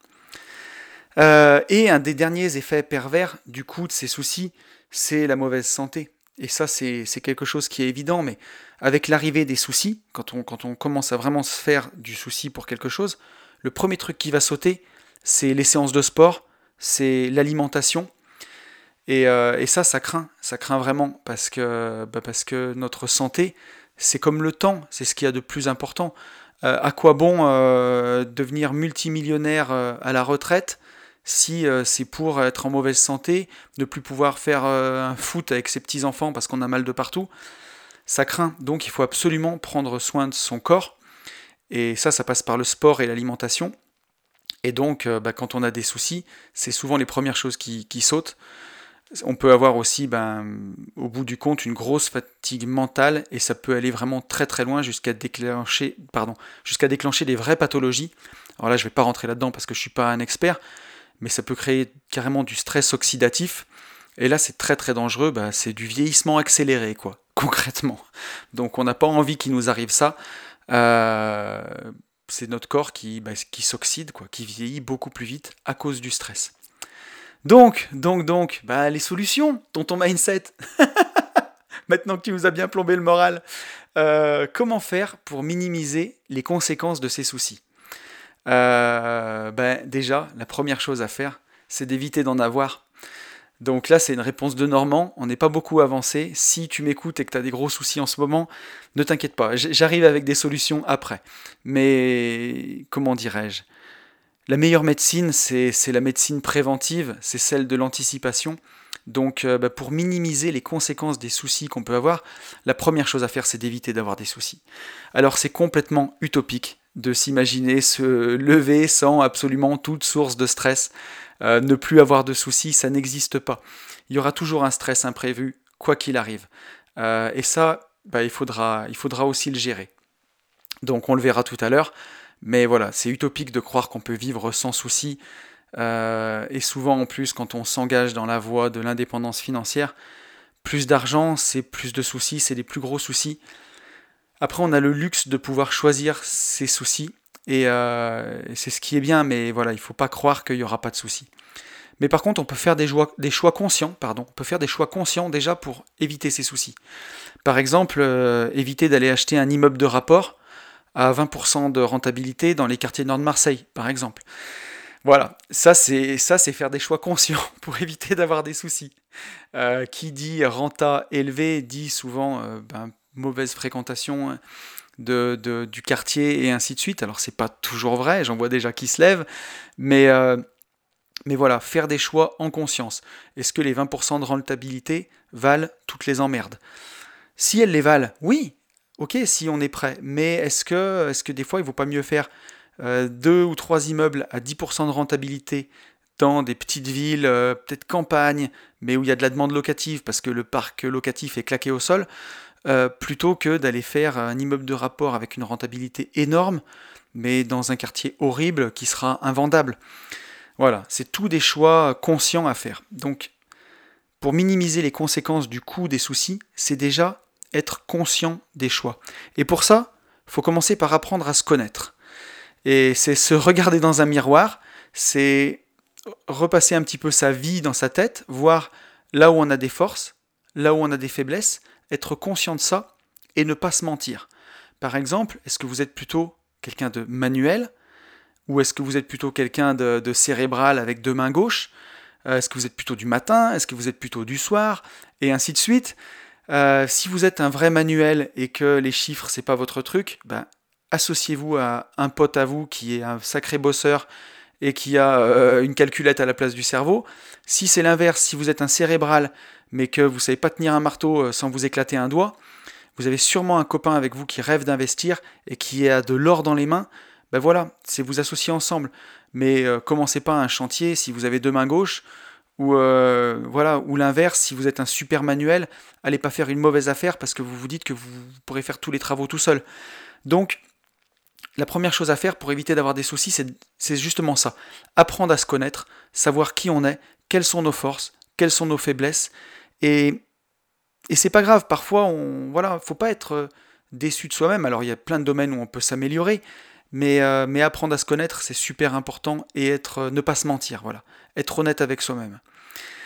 Euh, et un des derniers effets pervers du coup de ces soucis, c'est la mauvaise santé. et ça c'est, c'est quelque chose qui est évident, mais avec l'arrivée des soucis, quand on, quand on commence à vraiment se faire du souci pour quelque chose, le premier truc qui va sauter, c'est les séances de sport, c'est l'alimentation, et, euh, et ça, ça craint, ça craint vraiment, parce que, bah parce que notre santé, c'est comme le temps, c'est ce qu'il y a de plus important. Euh, à quoi bon euh, devenir multimillionnaire euh, à la retraite si euh, c'est pour être en mauvaise santé, ne plus pouvoir faire euh, un foot avec ses petits-enfants parce qu'on a mal de partout? Ça craint, donc il faut absolument prendre soin de son corps, et ça, ça passe par le sport et l'alimentation. Et donc, euh, bah, quand on a des soucis, c'est souvent les premières choses qui, qui sautent. On peut avoir aussi, ben, au bout du compte, une grosse fatigue mentale, et ça peut aller vraiment très très loin jusqu'à déclencher, pardon, jusqu'à déclencher des vraies pathologies. Alors là, je ne vais pas rentrer là-dedans parce que je ne suis pas un expert, mais ça peut créer carrément du stress oxydatif. Et là, c'est très très dangereux, ben, c'est du vieillissement accéléré, quoi, concrètement. Donc on n'a pas envie qu'il nous arrive ça. Euh, c'est notre corps qui, ben, qui s'oxyde, quoi, qui vieillit beaucoup plus vite à cause du stress. Donc, donc, donc, bah, les solutions, tonton mindset. Maintenant que tu nous as bien plombé le moral, euh, comment faire pour minimiser les conséquences de ces soucis? euh, ben, Déjà, la première chose à faire, c'est d'éviter d'en avoir. Donc là, c'est une réponse de Normand, on n'est pas beaucoup avancé. Si tu m'écoutes et que tu as des gros soucis en ce moment, ne t'inquiète pas, j'arrive avec des solutions après. Mais comment dirais-je? La meilleure médecine, c'est, c'est la médecine préventive, c'est celle de l'anticipation. Donc euh, bah, pour minimiser les conséquences des soucis qu'on peut avoir, la première chose à faire, c'est d'éviter d'avoir des soucis. Alors c'est complètement utopique de s'imaginer se lever sans absolument toute source de stress. Euh, ne plus avoir de soucis, ça n'existe pas. Il y aura toujours un stress imprévu, quoi qu'il arrive. Euh, et ça, bah, il faudra, il faudra aussi le gérer. Donc on le verra tout à l'heure. Mais voilà, c'est utopique de croire qu'on peut vivre sans souci. Euh, et souvent en plus, quand on s'engage dans la voie de l'indépendance financière, plus d'argent, c'est plus de soucis, c'est des plus gros soucis. Après, on a le luxe de pouvoir choisir ses soucis. Et, euh, et c'est ce qui est bien, mais voilà, il ne faut pas croire qu'il n'y aura pas de soucis. Mais par contre, on peut faire des, joies, des choix conscients, pardon. On peut faire des choix conscients déjà pour éviter ces soucis. Par exemple, euh, éviter d'aller acheter un immeuble de rapport à vingt pour cent de rentabilité dans les quartiers nord de Marseille, par exemple. Voilà, ça c'est, ça c'est faire des choix conscients pour éviter d'avoir des soucis. Euh, qui dit renta élevé dit souvent euh, ben, mauvaise fréquentation de, de, du quartier et ainsi de suite. Alors c'est pas toujours vrai, j'en vois déjà qui se lèvent, mais, euh, mais voilà, faire des choix en conscience. Est-ce que les vingt pour cent de rentabilité valent toutes les emmerdes? Si elles les valent, oui, ok, si on est prêt, mais est-ce que, est-ce que des fois il ne vaut pas mieux faire euh, deux ou trois immeubles à dix pour cent de rentabilité dans des petites villes, euh, peut-être campagne, mais où il y a de la demande locative parce que le parc locatif est claqué au sol, euh, plutôt que d'aller faire un immeuble de rapport avec une rentabilité énorme, mais dans un quartier horrible qui sera invendable. Voilà, c'est tout des choix conscients à faire. Donc, pour minimiser les conséquences du coût des soucis, c'est déjà être conscient des choix. Et pour ça, il faut commencer par apprendre à se connaître. Et c'est se regarder dans un miroir, c'est repasser un petit peu sa vie dans sa tête, voir là où on a des forces, là où on a des faiblesses, être conscient de ça et ne pas se mentir. Par exemple, est-ce que vous êtes plutôt quelqu'un de manuel ou est-ce que vous êtes plutôt quelqu'un de, de cérébral avec deux mains gauches? Est-ce que vous êtes plutôt du matin? Est-ce que vous êtes plutôt du soir? Et ainsi de suite. Euh, si vous êtes un vrai manuel et que les chiffres, c'est pas votre truc, ben, associez-vous à un pote à vous qui est un sacré bosseur et qui a euh, une calculette à la place du cerveau. Si c'est l'inverse, si vous êtes un cérébral mais que vous savez pas tenir un marteau sans vous éclater un doigt, vous avez sûrement un copain avec vous qui rêve d'investir et qui a de l'or dans les mains. Ben voilà, c'est vous associer ensemble. Mais euh, commencez pas un chantier si vous avez deux mains gauches, ou euh, voilà, ou l'inverse, si vous êtes un super manuel, allez pas faire une mauvaise affaire parce que vous vous dites que vous pourrez faire tous les travaux tout seul. Donc, la première chose à faire pour éviter d'avoir des soucis, c'est, c'est justement ça. Apprendre à se connaître, savoir qui on est, quelles sont nos forces, quelles sont nos faiblesses, et, et c'est pas grave, parfois, on, voilà, faut pas être déçu de soi-même. Alors, il y a plein de domaines où on peut s'améliorer, mais, euh, mais apprendre à se connaître, c'est super important, et être, ne pas se mentir, voilà. Être honnête avec soi-même.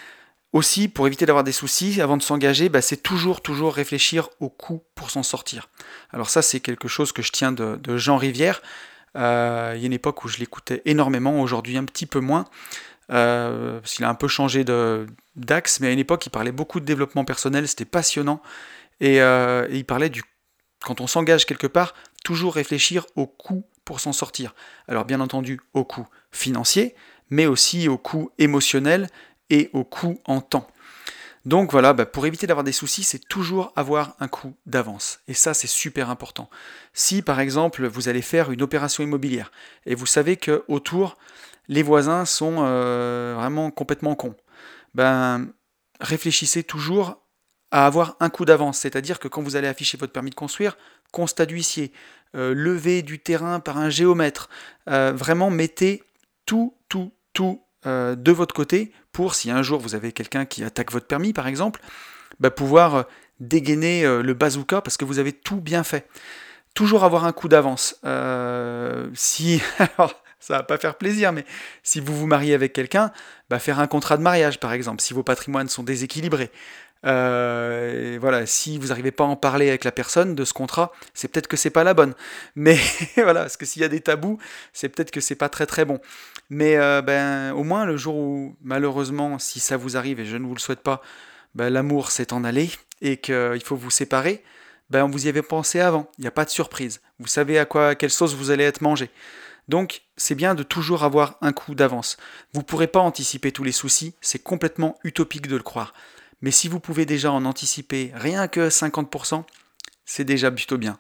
Aussi, pour éviter d'avoir des soucis, avant de s'engager, bah, c'est toujours, toujours réfléchir au coût pour s'en sortir. Alors ça, c'est quelque chose que je tiens de, de Jean Rivière. Euh, il y a une époque où je l'écoutais énormément, aujourd'hui un petit peu moins, euh, parce qu'il a un peu changé de, d'axe, mais à une époque, il parlait beaucoup de développement personnel, c'était passionnant, et, euh, et il parlait du, quand on s'engage quelque part, toujours réfléchir au coût pour s'en sortir. Alors bien entendu, au coût financier, mais aussi au coût émotionnel et au coût en temps. Donc voilà, bah pour éviter d'avoir des soucis, c'est toujours avoir un coût d'avance. Et ça, c'est super important. Si par exemple, vous allez faire une opération immobilière et vous savez que autour, les voisins sont euh, vraiment complètement cons, ben réfléchissez toujours à avoir un coût d'avance. C'est-à-dire que quand vous allez afficher votre permis de construire, constat d'huissier, euh, levée du terrain par un géomètre, euh, vraiment mettez tout, tout, tout euh, de votre côté pour, si un jour vous avez quelqu'un qui attaque votre permis par exemple, bah, pouvoir dégainer euh, le bazooka parce que vous avez tout bien fait. Toujours avoir un coup d'avance. Euh, si, alors, ça va pas faire plaisir, mais si vous vous mariez avec quelqu'un, bah, faire un contrat de mariage par exemple, si vos patrimoines sont déséquilibrés. Euh, et voilà, si vous n'arrivez pas à en parler avec la personne de ce contrat, c'est peut-être que c'est pas la bonne. Mais voilà, parce que s'il y a des tabous, c'est peut-être que c'est pas très très bon. Mais euh, ben, au moins le jour où, malheureusement, si ça vous arrive, et je ne vous le souhaite pas, ben, l'amour s'est en allé et qu'il faut vous séparer, ben, vous y avait pensé avant. Il n'y a pas de surprise. Vous savez à quoi, à quelle sauce vous allez être mangé. Donc, c'est bien de toujours avoir un coup d'avance. Vous ne pourrez pas anticiper tous les soucis, c'est complètement utopique de le croire. Mais si vous pouvez déjà en anticiper rien que cinquante pour cent, c'est déjà plutôt bien.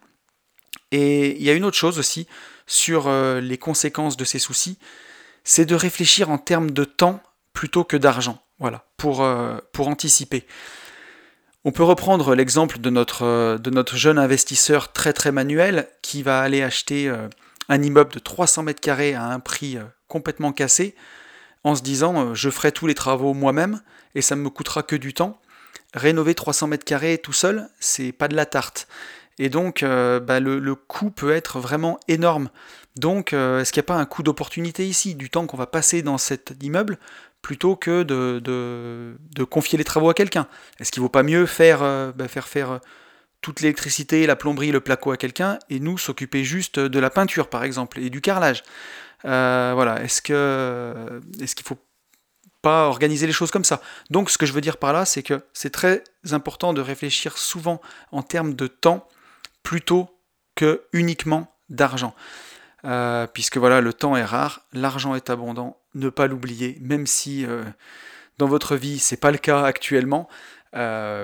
Et il y a une autre chose aussi sur euh, les conséquences de ces soucis, c'est de réfléchir en termes de temps plutôt que d'argent. Voilà, pour, euh, pour anticiper. On peut reprendre l'exemple de notre, euh, de notre jeune investisseur très très manuel qui va aller acheter euh, un immeuble de trois cents mètres carrés à un prix euh, complètement cassé en se disant euh, je ferai tous les travaux moi-même et ça ne me coûtera que du temps. Rénover trois cents mètres carrés tout seul, c'est pas de la tarte. Et donc, euh, bah, le, le coût peut être vraiment énorme. Donc, euh, est-ce qu'il n'y a pas un coût d'opportunité ici, du temps qu'on va passer dans cet immeuble, plutôt que de, de, de confier les travaux à quelqu'un? Est-ce qu'il ne vaut pas mieux faire, euh, bah, faire faire euh, toute l'électricité, la plomberie, le placo à quelqu'un, et nous s'occuper juste de la peinture, par exemple, et du carrelage? Euh, voilà, est-ce que est-ce qu'il faut pas organiser les choses comme ça? Donc ce que je veux dire par là, c'est que c'est très important de réfléchir souvent en termes de temps plutôt que uniquement d'argent. Euh, puisque voilà, le temps est rare, l'argent est abondant, ne pas l'oublier, même si euh, dans votre vie c'est pas le cas actuellement. Euh,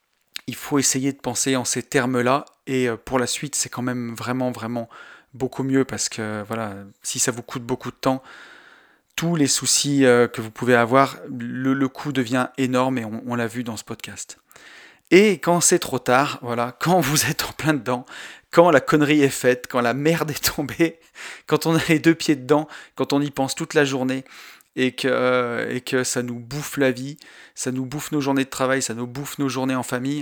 il faut essayer de penser en ces termes-là, et euh, pour la suite c'est quand même vraiment vraiment beaucoup mieux, parce que voilà, si ça vous coûte beaucoup de temps, tous les soucis euh, que vous pouvez avoir, le, le coût devient énorme, et on, on l'a vu dans ce podcast. Et quand c'est trop tard, voilà, quand vous êtes en plein dedans, quand la connerie est faite, quand la merde est tombée, quand on a les deux pieds dedans, quand on y pense toute la journée, et que, euh, et que ça nous bouffe la vie, ça nous bouffe nos journées de travail, ça nous bouffe nos journées en famille,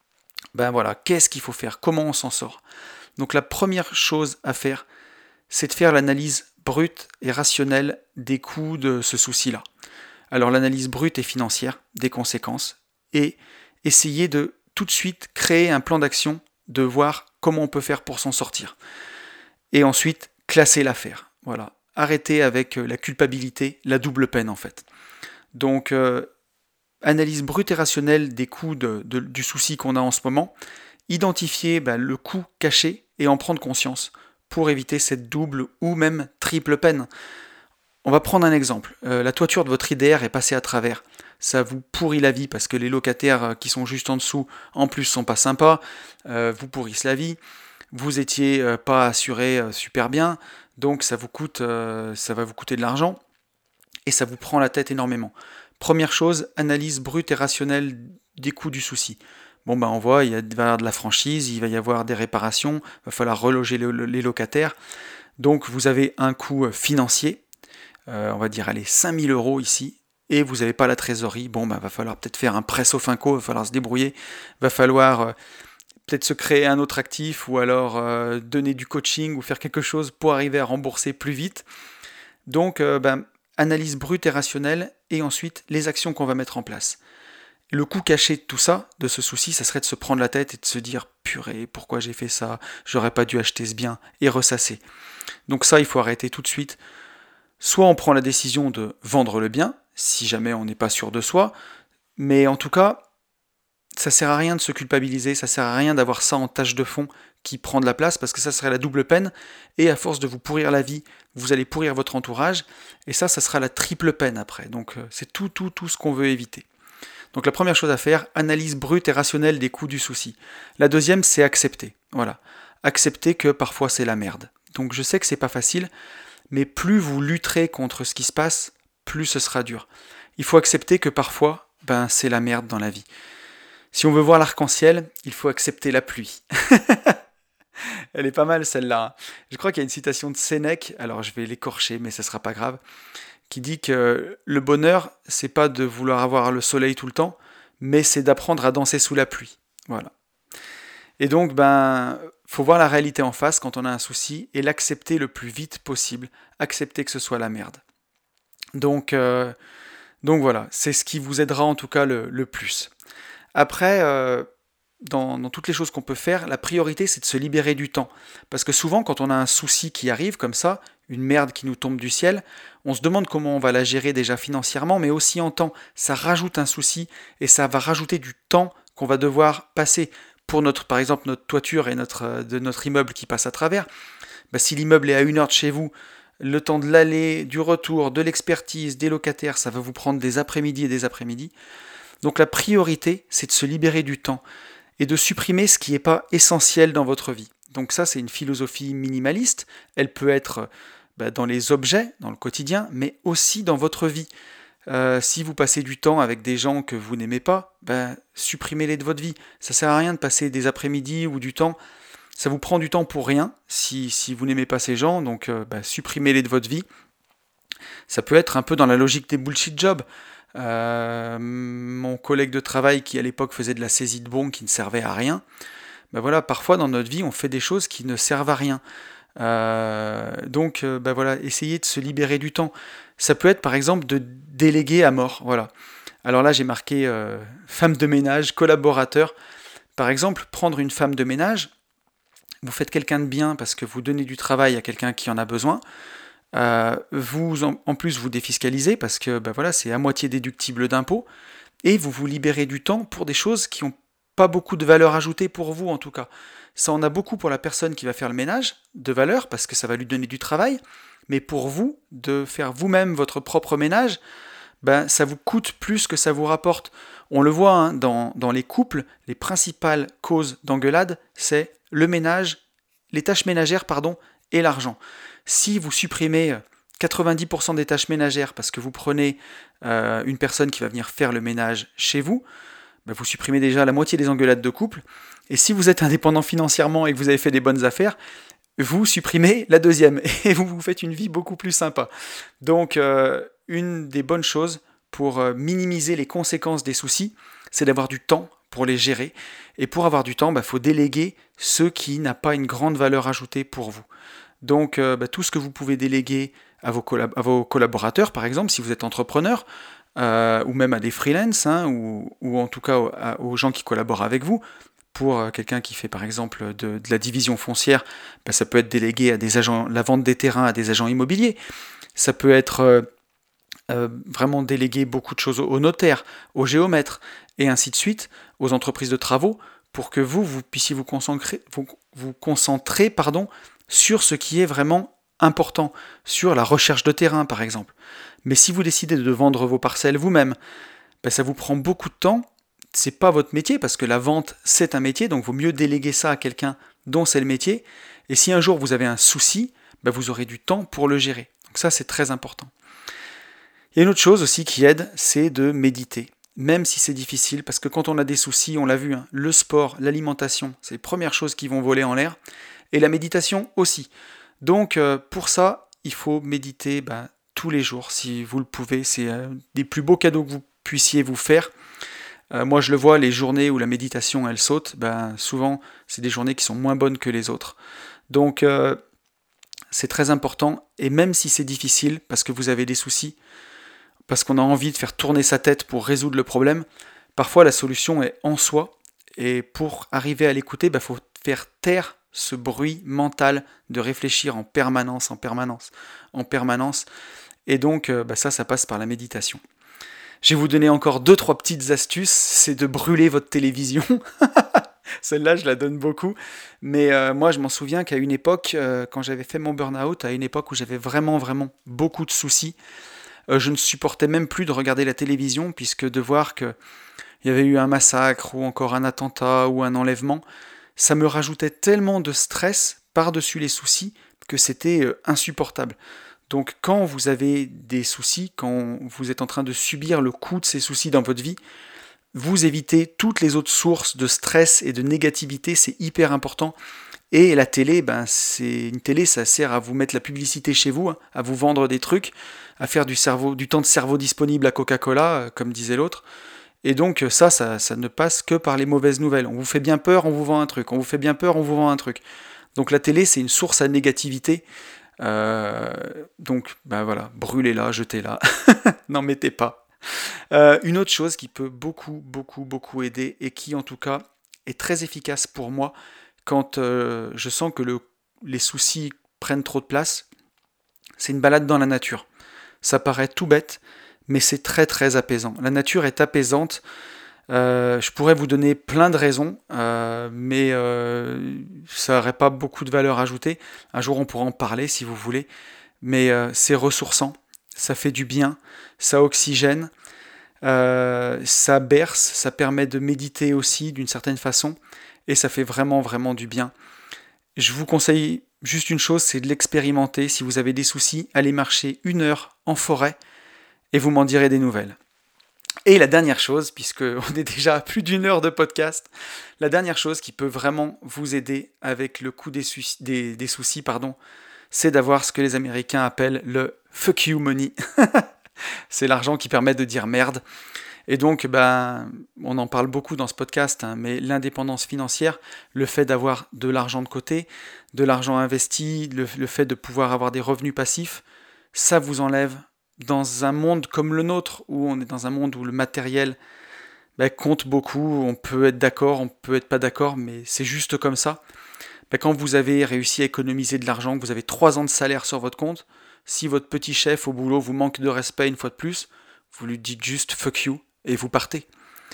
ben voilà, qu'est-ce qu'il faut faire? Comment on s'en sort? Donc la première chose à faire, c'est de faire l'analyse brute et rationnelle des coûts de ce souci-là. Alors l'analyse brute et financière des conséquences, et essayer de tout de suite créer un plan d'action, de voir comment on peut faire pour s'en sortir. Et ensuite, classer l'affaire. Voilà. Arrêter avec la culpabilité, la double peine en fait. Donc, euh, analyse brute et rationnelle des coûts de, de, du souci qu'on a en ce moment, identifier ben, le coût caché et en prendre conscience pour éviter cette double ou même triple peine. On va prendre un exemple. Euh, la toiture de votre I D R est passée à travers. Ça vous pourrit la vie parce que les locataires qui sont juste en dessous, en plus, sont pas sympas, euh, vous pourrissent la vie. Vous étiez euh, pas assuré euh, super bien, donc ça vous coûte, euh, ça va vous coûter de l'argent et ça vous prend la tête énormément. Première chose, analyse brute et rationnelle des coûts du souci. Bon ben on voit, il va y avoir de la franchise, il va y avoir des réparations, il va falloir reloger les locataires. Donc vous avez un coût financier, euh, on va dire allez cinq mille euros ici, et vous n'avez pas la trésorerie. Bon ben va falloir peut-être faire un prêt Sofinco, va falloir se débrouiller, va falloir euh, peut-être se créer un autre actif, ou alors euh, donner du coaching ou faire quelque chose pour arriver à rembourser plus vite. Donc euh, ben analyse brute et rationnelle, et ensuite les actions qu'on va mettre en place. Le coût caché de tout ça, de ce souci, ça serait de se prendre la tête et de se dire « Purée, pourquoi j'ai fait ça? J'aurais pas dû acheter ce bien » et ressasser. Donc ça, il faut arrêter tout de suite. Soit on prend la décision de vendre le bien, si jamais on n'est pas sûr de soi, mais en tout cas, ça sert à rien de se culpabiliser, ça sert à rien d'avoir ça en tâche de fond qui prend de la place, parce que ça serait la double peine, et à force de vous pourrir la vie, vous allez pourrir votre entourage, et ça, ça sera la triple peine après. Donc c'est tout, tout, tout ce qu'on veut éviter. Donc la première chose à faire, analyse brute et rationnelle des coûts du souci. La deuxième, c'est accepter. Voilà. Accepter que parfois c'est la merde. Donc je sais que c'est pas facile, mais plus vous lutterez contre ce qui se passe, plus ce sera dur. Il faut accepter que parfois, ben c'est la merde dans la vie. Si on veut voir l'arc-en-ciel, il faut accepter la pluie. Elle est pas mal celle-là. Je crois qu'il y a une citation de Sénèque, alors je vais l'écorcher, mais ça sera pas grave, qui dit que le bonheur, c'est pas de vouloir avoir le soleil tout le temps, mais c'est d'apprendre à danser sous la pluie. Voilà. Et donc, ben, faut voir la réalité en face quand on a un souci et l'accepter le plus vite possible. Accepter que ce soit la merde. Donc, euh, donc voilà, c'est ce qui vous aidera en tout cas le, le plus. Après, euh, dans, dans toutes les choses qu'on peut faire, la priorité c'est de se libérer du temps. Parce que souvent, quand on a un souci qui arrive comme ça, une merde qui nous tombe du ciel, on se demande comment on va la gérer déjà financièrement, mais aussi en temps. Ça rajoute un souci et ça va rajouter du temps qu'on va devoir passer pour notre, par exemple, notre toiture et notre, de notre immeuble qui passe à travers. Bah, si l'immeuble est à une heure de chez vous, le temps de l'aller, du retour, de l'expertise, des locataires, ça va vous prendre des après-midi et des après-midi. Donc la priorité, c'est de se libérer du temps et de supprimer ce qui n'est pas essentiel dans votre vie. Donc ça, c'est une philosophie minimaliste. Elle peut être bah, dans les objets, dans le quotidien, mais aussi dans votre vie. Euh, si vous passez du temps avec des gens que vous n'aimez pas, bah, supprimez-les de votre vie. Ça ne sert à rien de passer des après-midi ou du temps. Ça vous prend du temps pour rien si, si vous n'aimez pas ces gens, donc euh, bah, supprimez-les de votre vie. Ça peut être un peu dans la logique des bullshit jobs. Euh, mon collègue de travail qui à l'époque faisait de la saisie de bons qui ne servait à rien, ben voilà, parfois dans notre vie on fait des choses qui ne servent à rien. Euh, donc ben voilà, essayez de se libérer du temps. Ça peut être par exemple de déléguer à mort. Voilà. Alors là j'ai marqué euh, femme de ménage, collaborateur. Par exemple, prendre une femme de ménage, vous faites quelqu'un de bien parce que vous donnez du travail à quelqu'un qui en a besoin. Euh, vous en, en plus vous défiscalisez parce que ben voilà, c'est à moitié déductible d'impôts et vous vous libérez du temps pour des choses qui n'ont pas beaucoup de valeur ajoutée pour vous en tout cas. Ça en a beaucoup pour la personne qui va faire le ménage, de valeur parce que ça va lui donner du travail, mais pour vous, de faire vous-même votre propre ménage, ben, ça vous coûte plus que ça vous rapporte. On le voit hein, dans, dans les couples, les principales causes d'engueulade, c'est le ménage, les tâches ménagères pardon, et l'argent. Si vous supprimez quatre-vingt-dix pour cent des tâches ménagères parce que vous prenez euh, une personne qui va venir faire le ménage chez vous, ben vous supprimez déjà la moitié des engueulades de couple. Et si vous êtes indépendant financièrement et que vous avez fait des bonnes affaires, vous supprimez la deuxième et vous vous faites une vie beaucoup plus sympa. Donc, euh, une des bonnes choses pour euh, minimiser les conséquences des soucis, c'est d'avoir du temps pour les gérer. Et pour avoir du temps, il bah, faut déléguer ce qui n'a pas une grande valeur ajoutée pour vous. Donc, euh, bah, tout ce que vous pouvez déléguer à vos, collab- à vos collaborateurs, par exemple, si vous êtes entrepreneur, euh, ou même à des freelances, hein, ou, ou en tout cas aux, à, aux gens qui collaborent avec vous. Pour euh, quelqu'un qui fait par exemple de, de la division foncière, bah, ça peut être délégué à des agents, la vente des terrains à des agents immobiliers. Ça peut être euh, euh, vraiment délégué beaucoup de choses aux notaires, aux géomètres, et ainsi de suite, aux entreprises de travaux, pour que vous, vous puissiez vous concentrer, vous, vous concentrer pardon, sur ce qui est vraiment important, sur la recherche de terrain par exemple. Mais si vous décidez de vendre vos parcelles vous-même, ben ça vous prend beaucoup de temps, c'est pas votre métier, parce que la vente c'est un métier, donc il vaut mieux déléguer ça à quelqu'un dont c'est le métier, et si un jour vous avez un souci, ben vous aurez du temps pour le gérer. Donc ça c'est très important. Il y a une autre chose aussi qui aide, c'est de méditer. Même si c'est difficile, parce que quand on a des soucis, on l'a vu, hein, le sport, l'alimentation, c'est les premières choses qui vont voler en l'air, et la méditation aussi. Donc euh, pour ça, il faut méditer ben, tous les jours, si vous le pouvez. C'est euh, des plus beaux cadeaux que vous puissiez vous faire. Euh, moi je le vois, les journées où la méditation elle saute, ben, souvent c'est des journées qui sont moins bonnes que les autres. Donc euh, c'est très important, et même si c'est difficile, parce que vous avez des soucis, parce qu'on a envie de faire tourner sa tête pour résoudre le problème, parfois la solution est en soi, et pour arriver à l'écouter, il bah, faut faire taire ce bruit mental de réfléchir en permanence, en permanence, en permanence. Et donc, euh, bah ça, ça passe par la méditation. Je vais vous donner encore deux, trois petites astuces. C'est de brûler votre télévision. Celle-là, je la donne beaucoup. Mais euh, moi, je m'en souviens qu'à une époque, euh, quand j'avais fait mon burn-out, à une époque où j'avais vraiment, vraiment beaucoup de soucis, euh, je ne supportais même plus de regarder la télévision, puisque de voir qu'il y avait eu un massacre, ou encore un attentat, ou un enlèvement, ça me rajoutait tellement de stress par-dessus les soucis que c'était euh, insupportable. Donc quand vous avez des soucis, quand vous êtes en train de subir le coût de ces soucis dans votre vie, vous évitez toutes les autres sources de stress et de négativité, c'est hyper important. Et la télé, ben c'est une télé, ça sert à vous mettre la publicité chez vous, à vous vendre des trucs, à faire du cerveau, du temps de cerveau disponible à Coca-Cola, comme disait l'autre. Et donc ça, ça, ça ne passe que par les mauvaises nouvelles. On vous fait bien peur, on vous vend un truc. On vous fait bien peur, on vous vend un truc. Donc la télé, c'est une source à négativité. Euh, donc, ben voilà, brûlez-la, jetez-la. N'en mettez pas. Euh, une autre chose qui peut beaucoup, beaucoup, beaucoup aider, et qui en tout cas est très efficace pour moi, quand euh, je sens que le, les soucis prennent trop de place, c'est une balade dans la nature. Ça paraît tout bête, mais c'est très très apaisant. La nature est apaisante. Euh, je pourrais vous donner plein de raisons, euh, mais euh, ça n'aurait pas beaucoup de valeur ajoutée. Un jour on pourra en parler si vous voulez, mais euh, c'est ressourçant, ça fait du bien, ça oxygène, euh, ça berce, ça permet de méditer aussi d'une certaine façon, et ça fait vraiment vraiment du bien. Je vous conseille juste une chose, c'est de l'expérimenter. Si vous avez des soucis, allez marcher une heure en forêt, et vous m'en direz des nouvelles. Et la dernière chose, puisqu'on est déjà à plus d'une heure de podcast, la dernière chose qui peut vraiment vous aider avec le coût des, su- des, des soucis, pardon, c'est d'avoir ce que les Américains appellent le fuck you money. C'est l'argent qui permet de dire merde. Et donc, ben, on en parle beaucoup dans ce podcast, hein, mais l'indépendance financière, le fait d'avoir de l'argent de côté, de l'argent investi, le, le fait de pouvoir avoir des revenus passifs, ça vous enlève dans un monde comme le nôtre, où on est dans un monde où le matériel ben, compte beaucoup, on peut être d'accord, on peut être pas d'accord, mais c'est juste comme ça. Ben, quand vous avez réussi à économiser de l'argent, que vous avez trois ans de salaire sur votre compte, si votre petit chef au boulot vous manque de respect une fois de plus, vous lui dites juste fuck you et vous partez.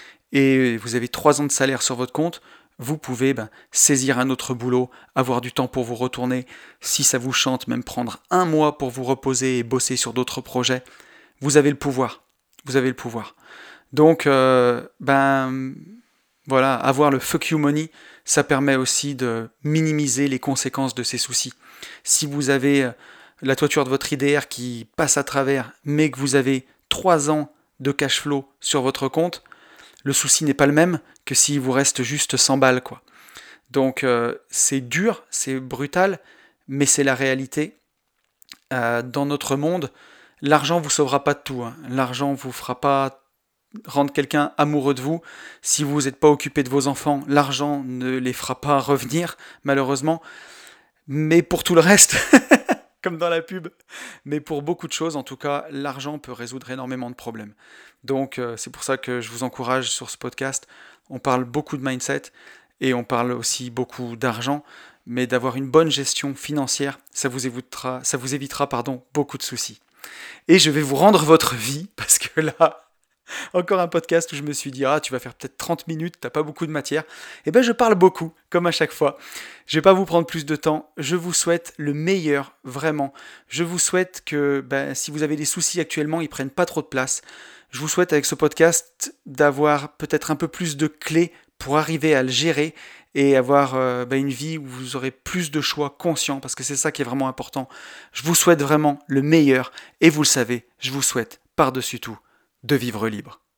Et vous avez trois ans de salaire sur votre compte, vous pouvez ben, saisir un autre boulot, avoir du temps pour vous retourner, si ça vous chante, même prendre un mois pour vous reposer et bosser sur d'autres projets. Vous avez le pouvoir. Vous avez le pouvoir. Donc, euh, ben, voilà, avoir le fuck you money, ça permet aussi de minimiser les conséquences de ces soucis. Si vous avez la toiture de votre I D R qui passe à travers, mais que vous avez trois ans de cash flow sur votre compte, le souci n'est pas le même que s'il vous reste juste cent balles, quoi. Donc euh, c'est dur, c'est brutal, mais c'est la réalité. Euh, dans notre monde, l'argent vous sauvera pas de tout, hein. L'argent vous fera pas rendre quelqu'un amoureux de vous. Si vous n'êtes pas occupé de vos enfants, l'argent ne les fera pas revenir, malheureusement. Mais pour tout le reste, comme dans la pub, mais pour beaucoup de choses, en tout cas, l'argent peut résoudre énormément de problèmes. Donc euh, c'est pour ça que je vous encourage sur ce podcast. On parle beaucoup de mindset et on parle aussi beaucoup d'argent, mais d'avoir une bonne gestion financière, ça vous évitera, ça vous évitera pardon, beaucoup de soucis. Et je vais vous rendre votre vie, parce que là, encore un podcast où je me suis dit, ah, tu vas faire peut-être trente minutes, t'as pas beaucoup de matière. Eh bien, je parle beaucoup, comme à chaque fois. Je vais pas vous prendre plus de temps. Je vous souhaite le meilleur, vraiment. Je vous souhaite que, ben, si vous avez des soucis actuellement, ils prennent pas trop de place. Je vous souhaite avec ce podcast d'avoir peut-être un peu plus de clés pour arriver à le gérer et avoir euh, ben, une vie où vous aurez plus de choix conscients, parce que c'est ça qui est vraiment important. Je vous souhaite vraiment le meilleur, et vous le savez, je vous souhaite par-dessus tout de vivre libre.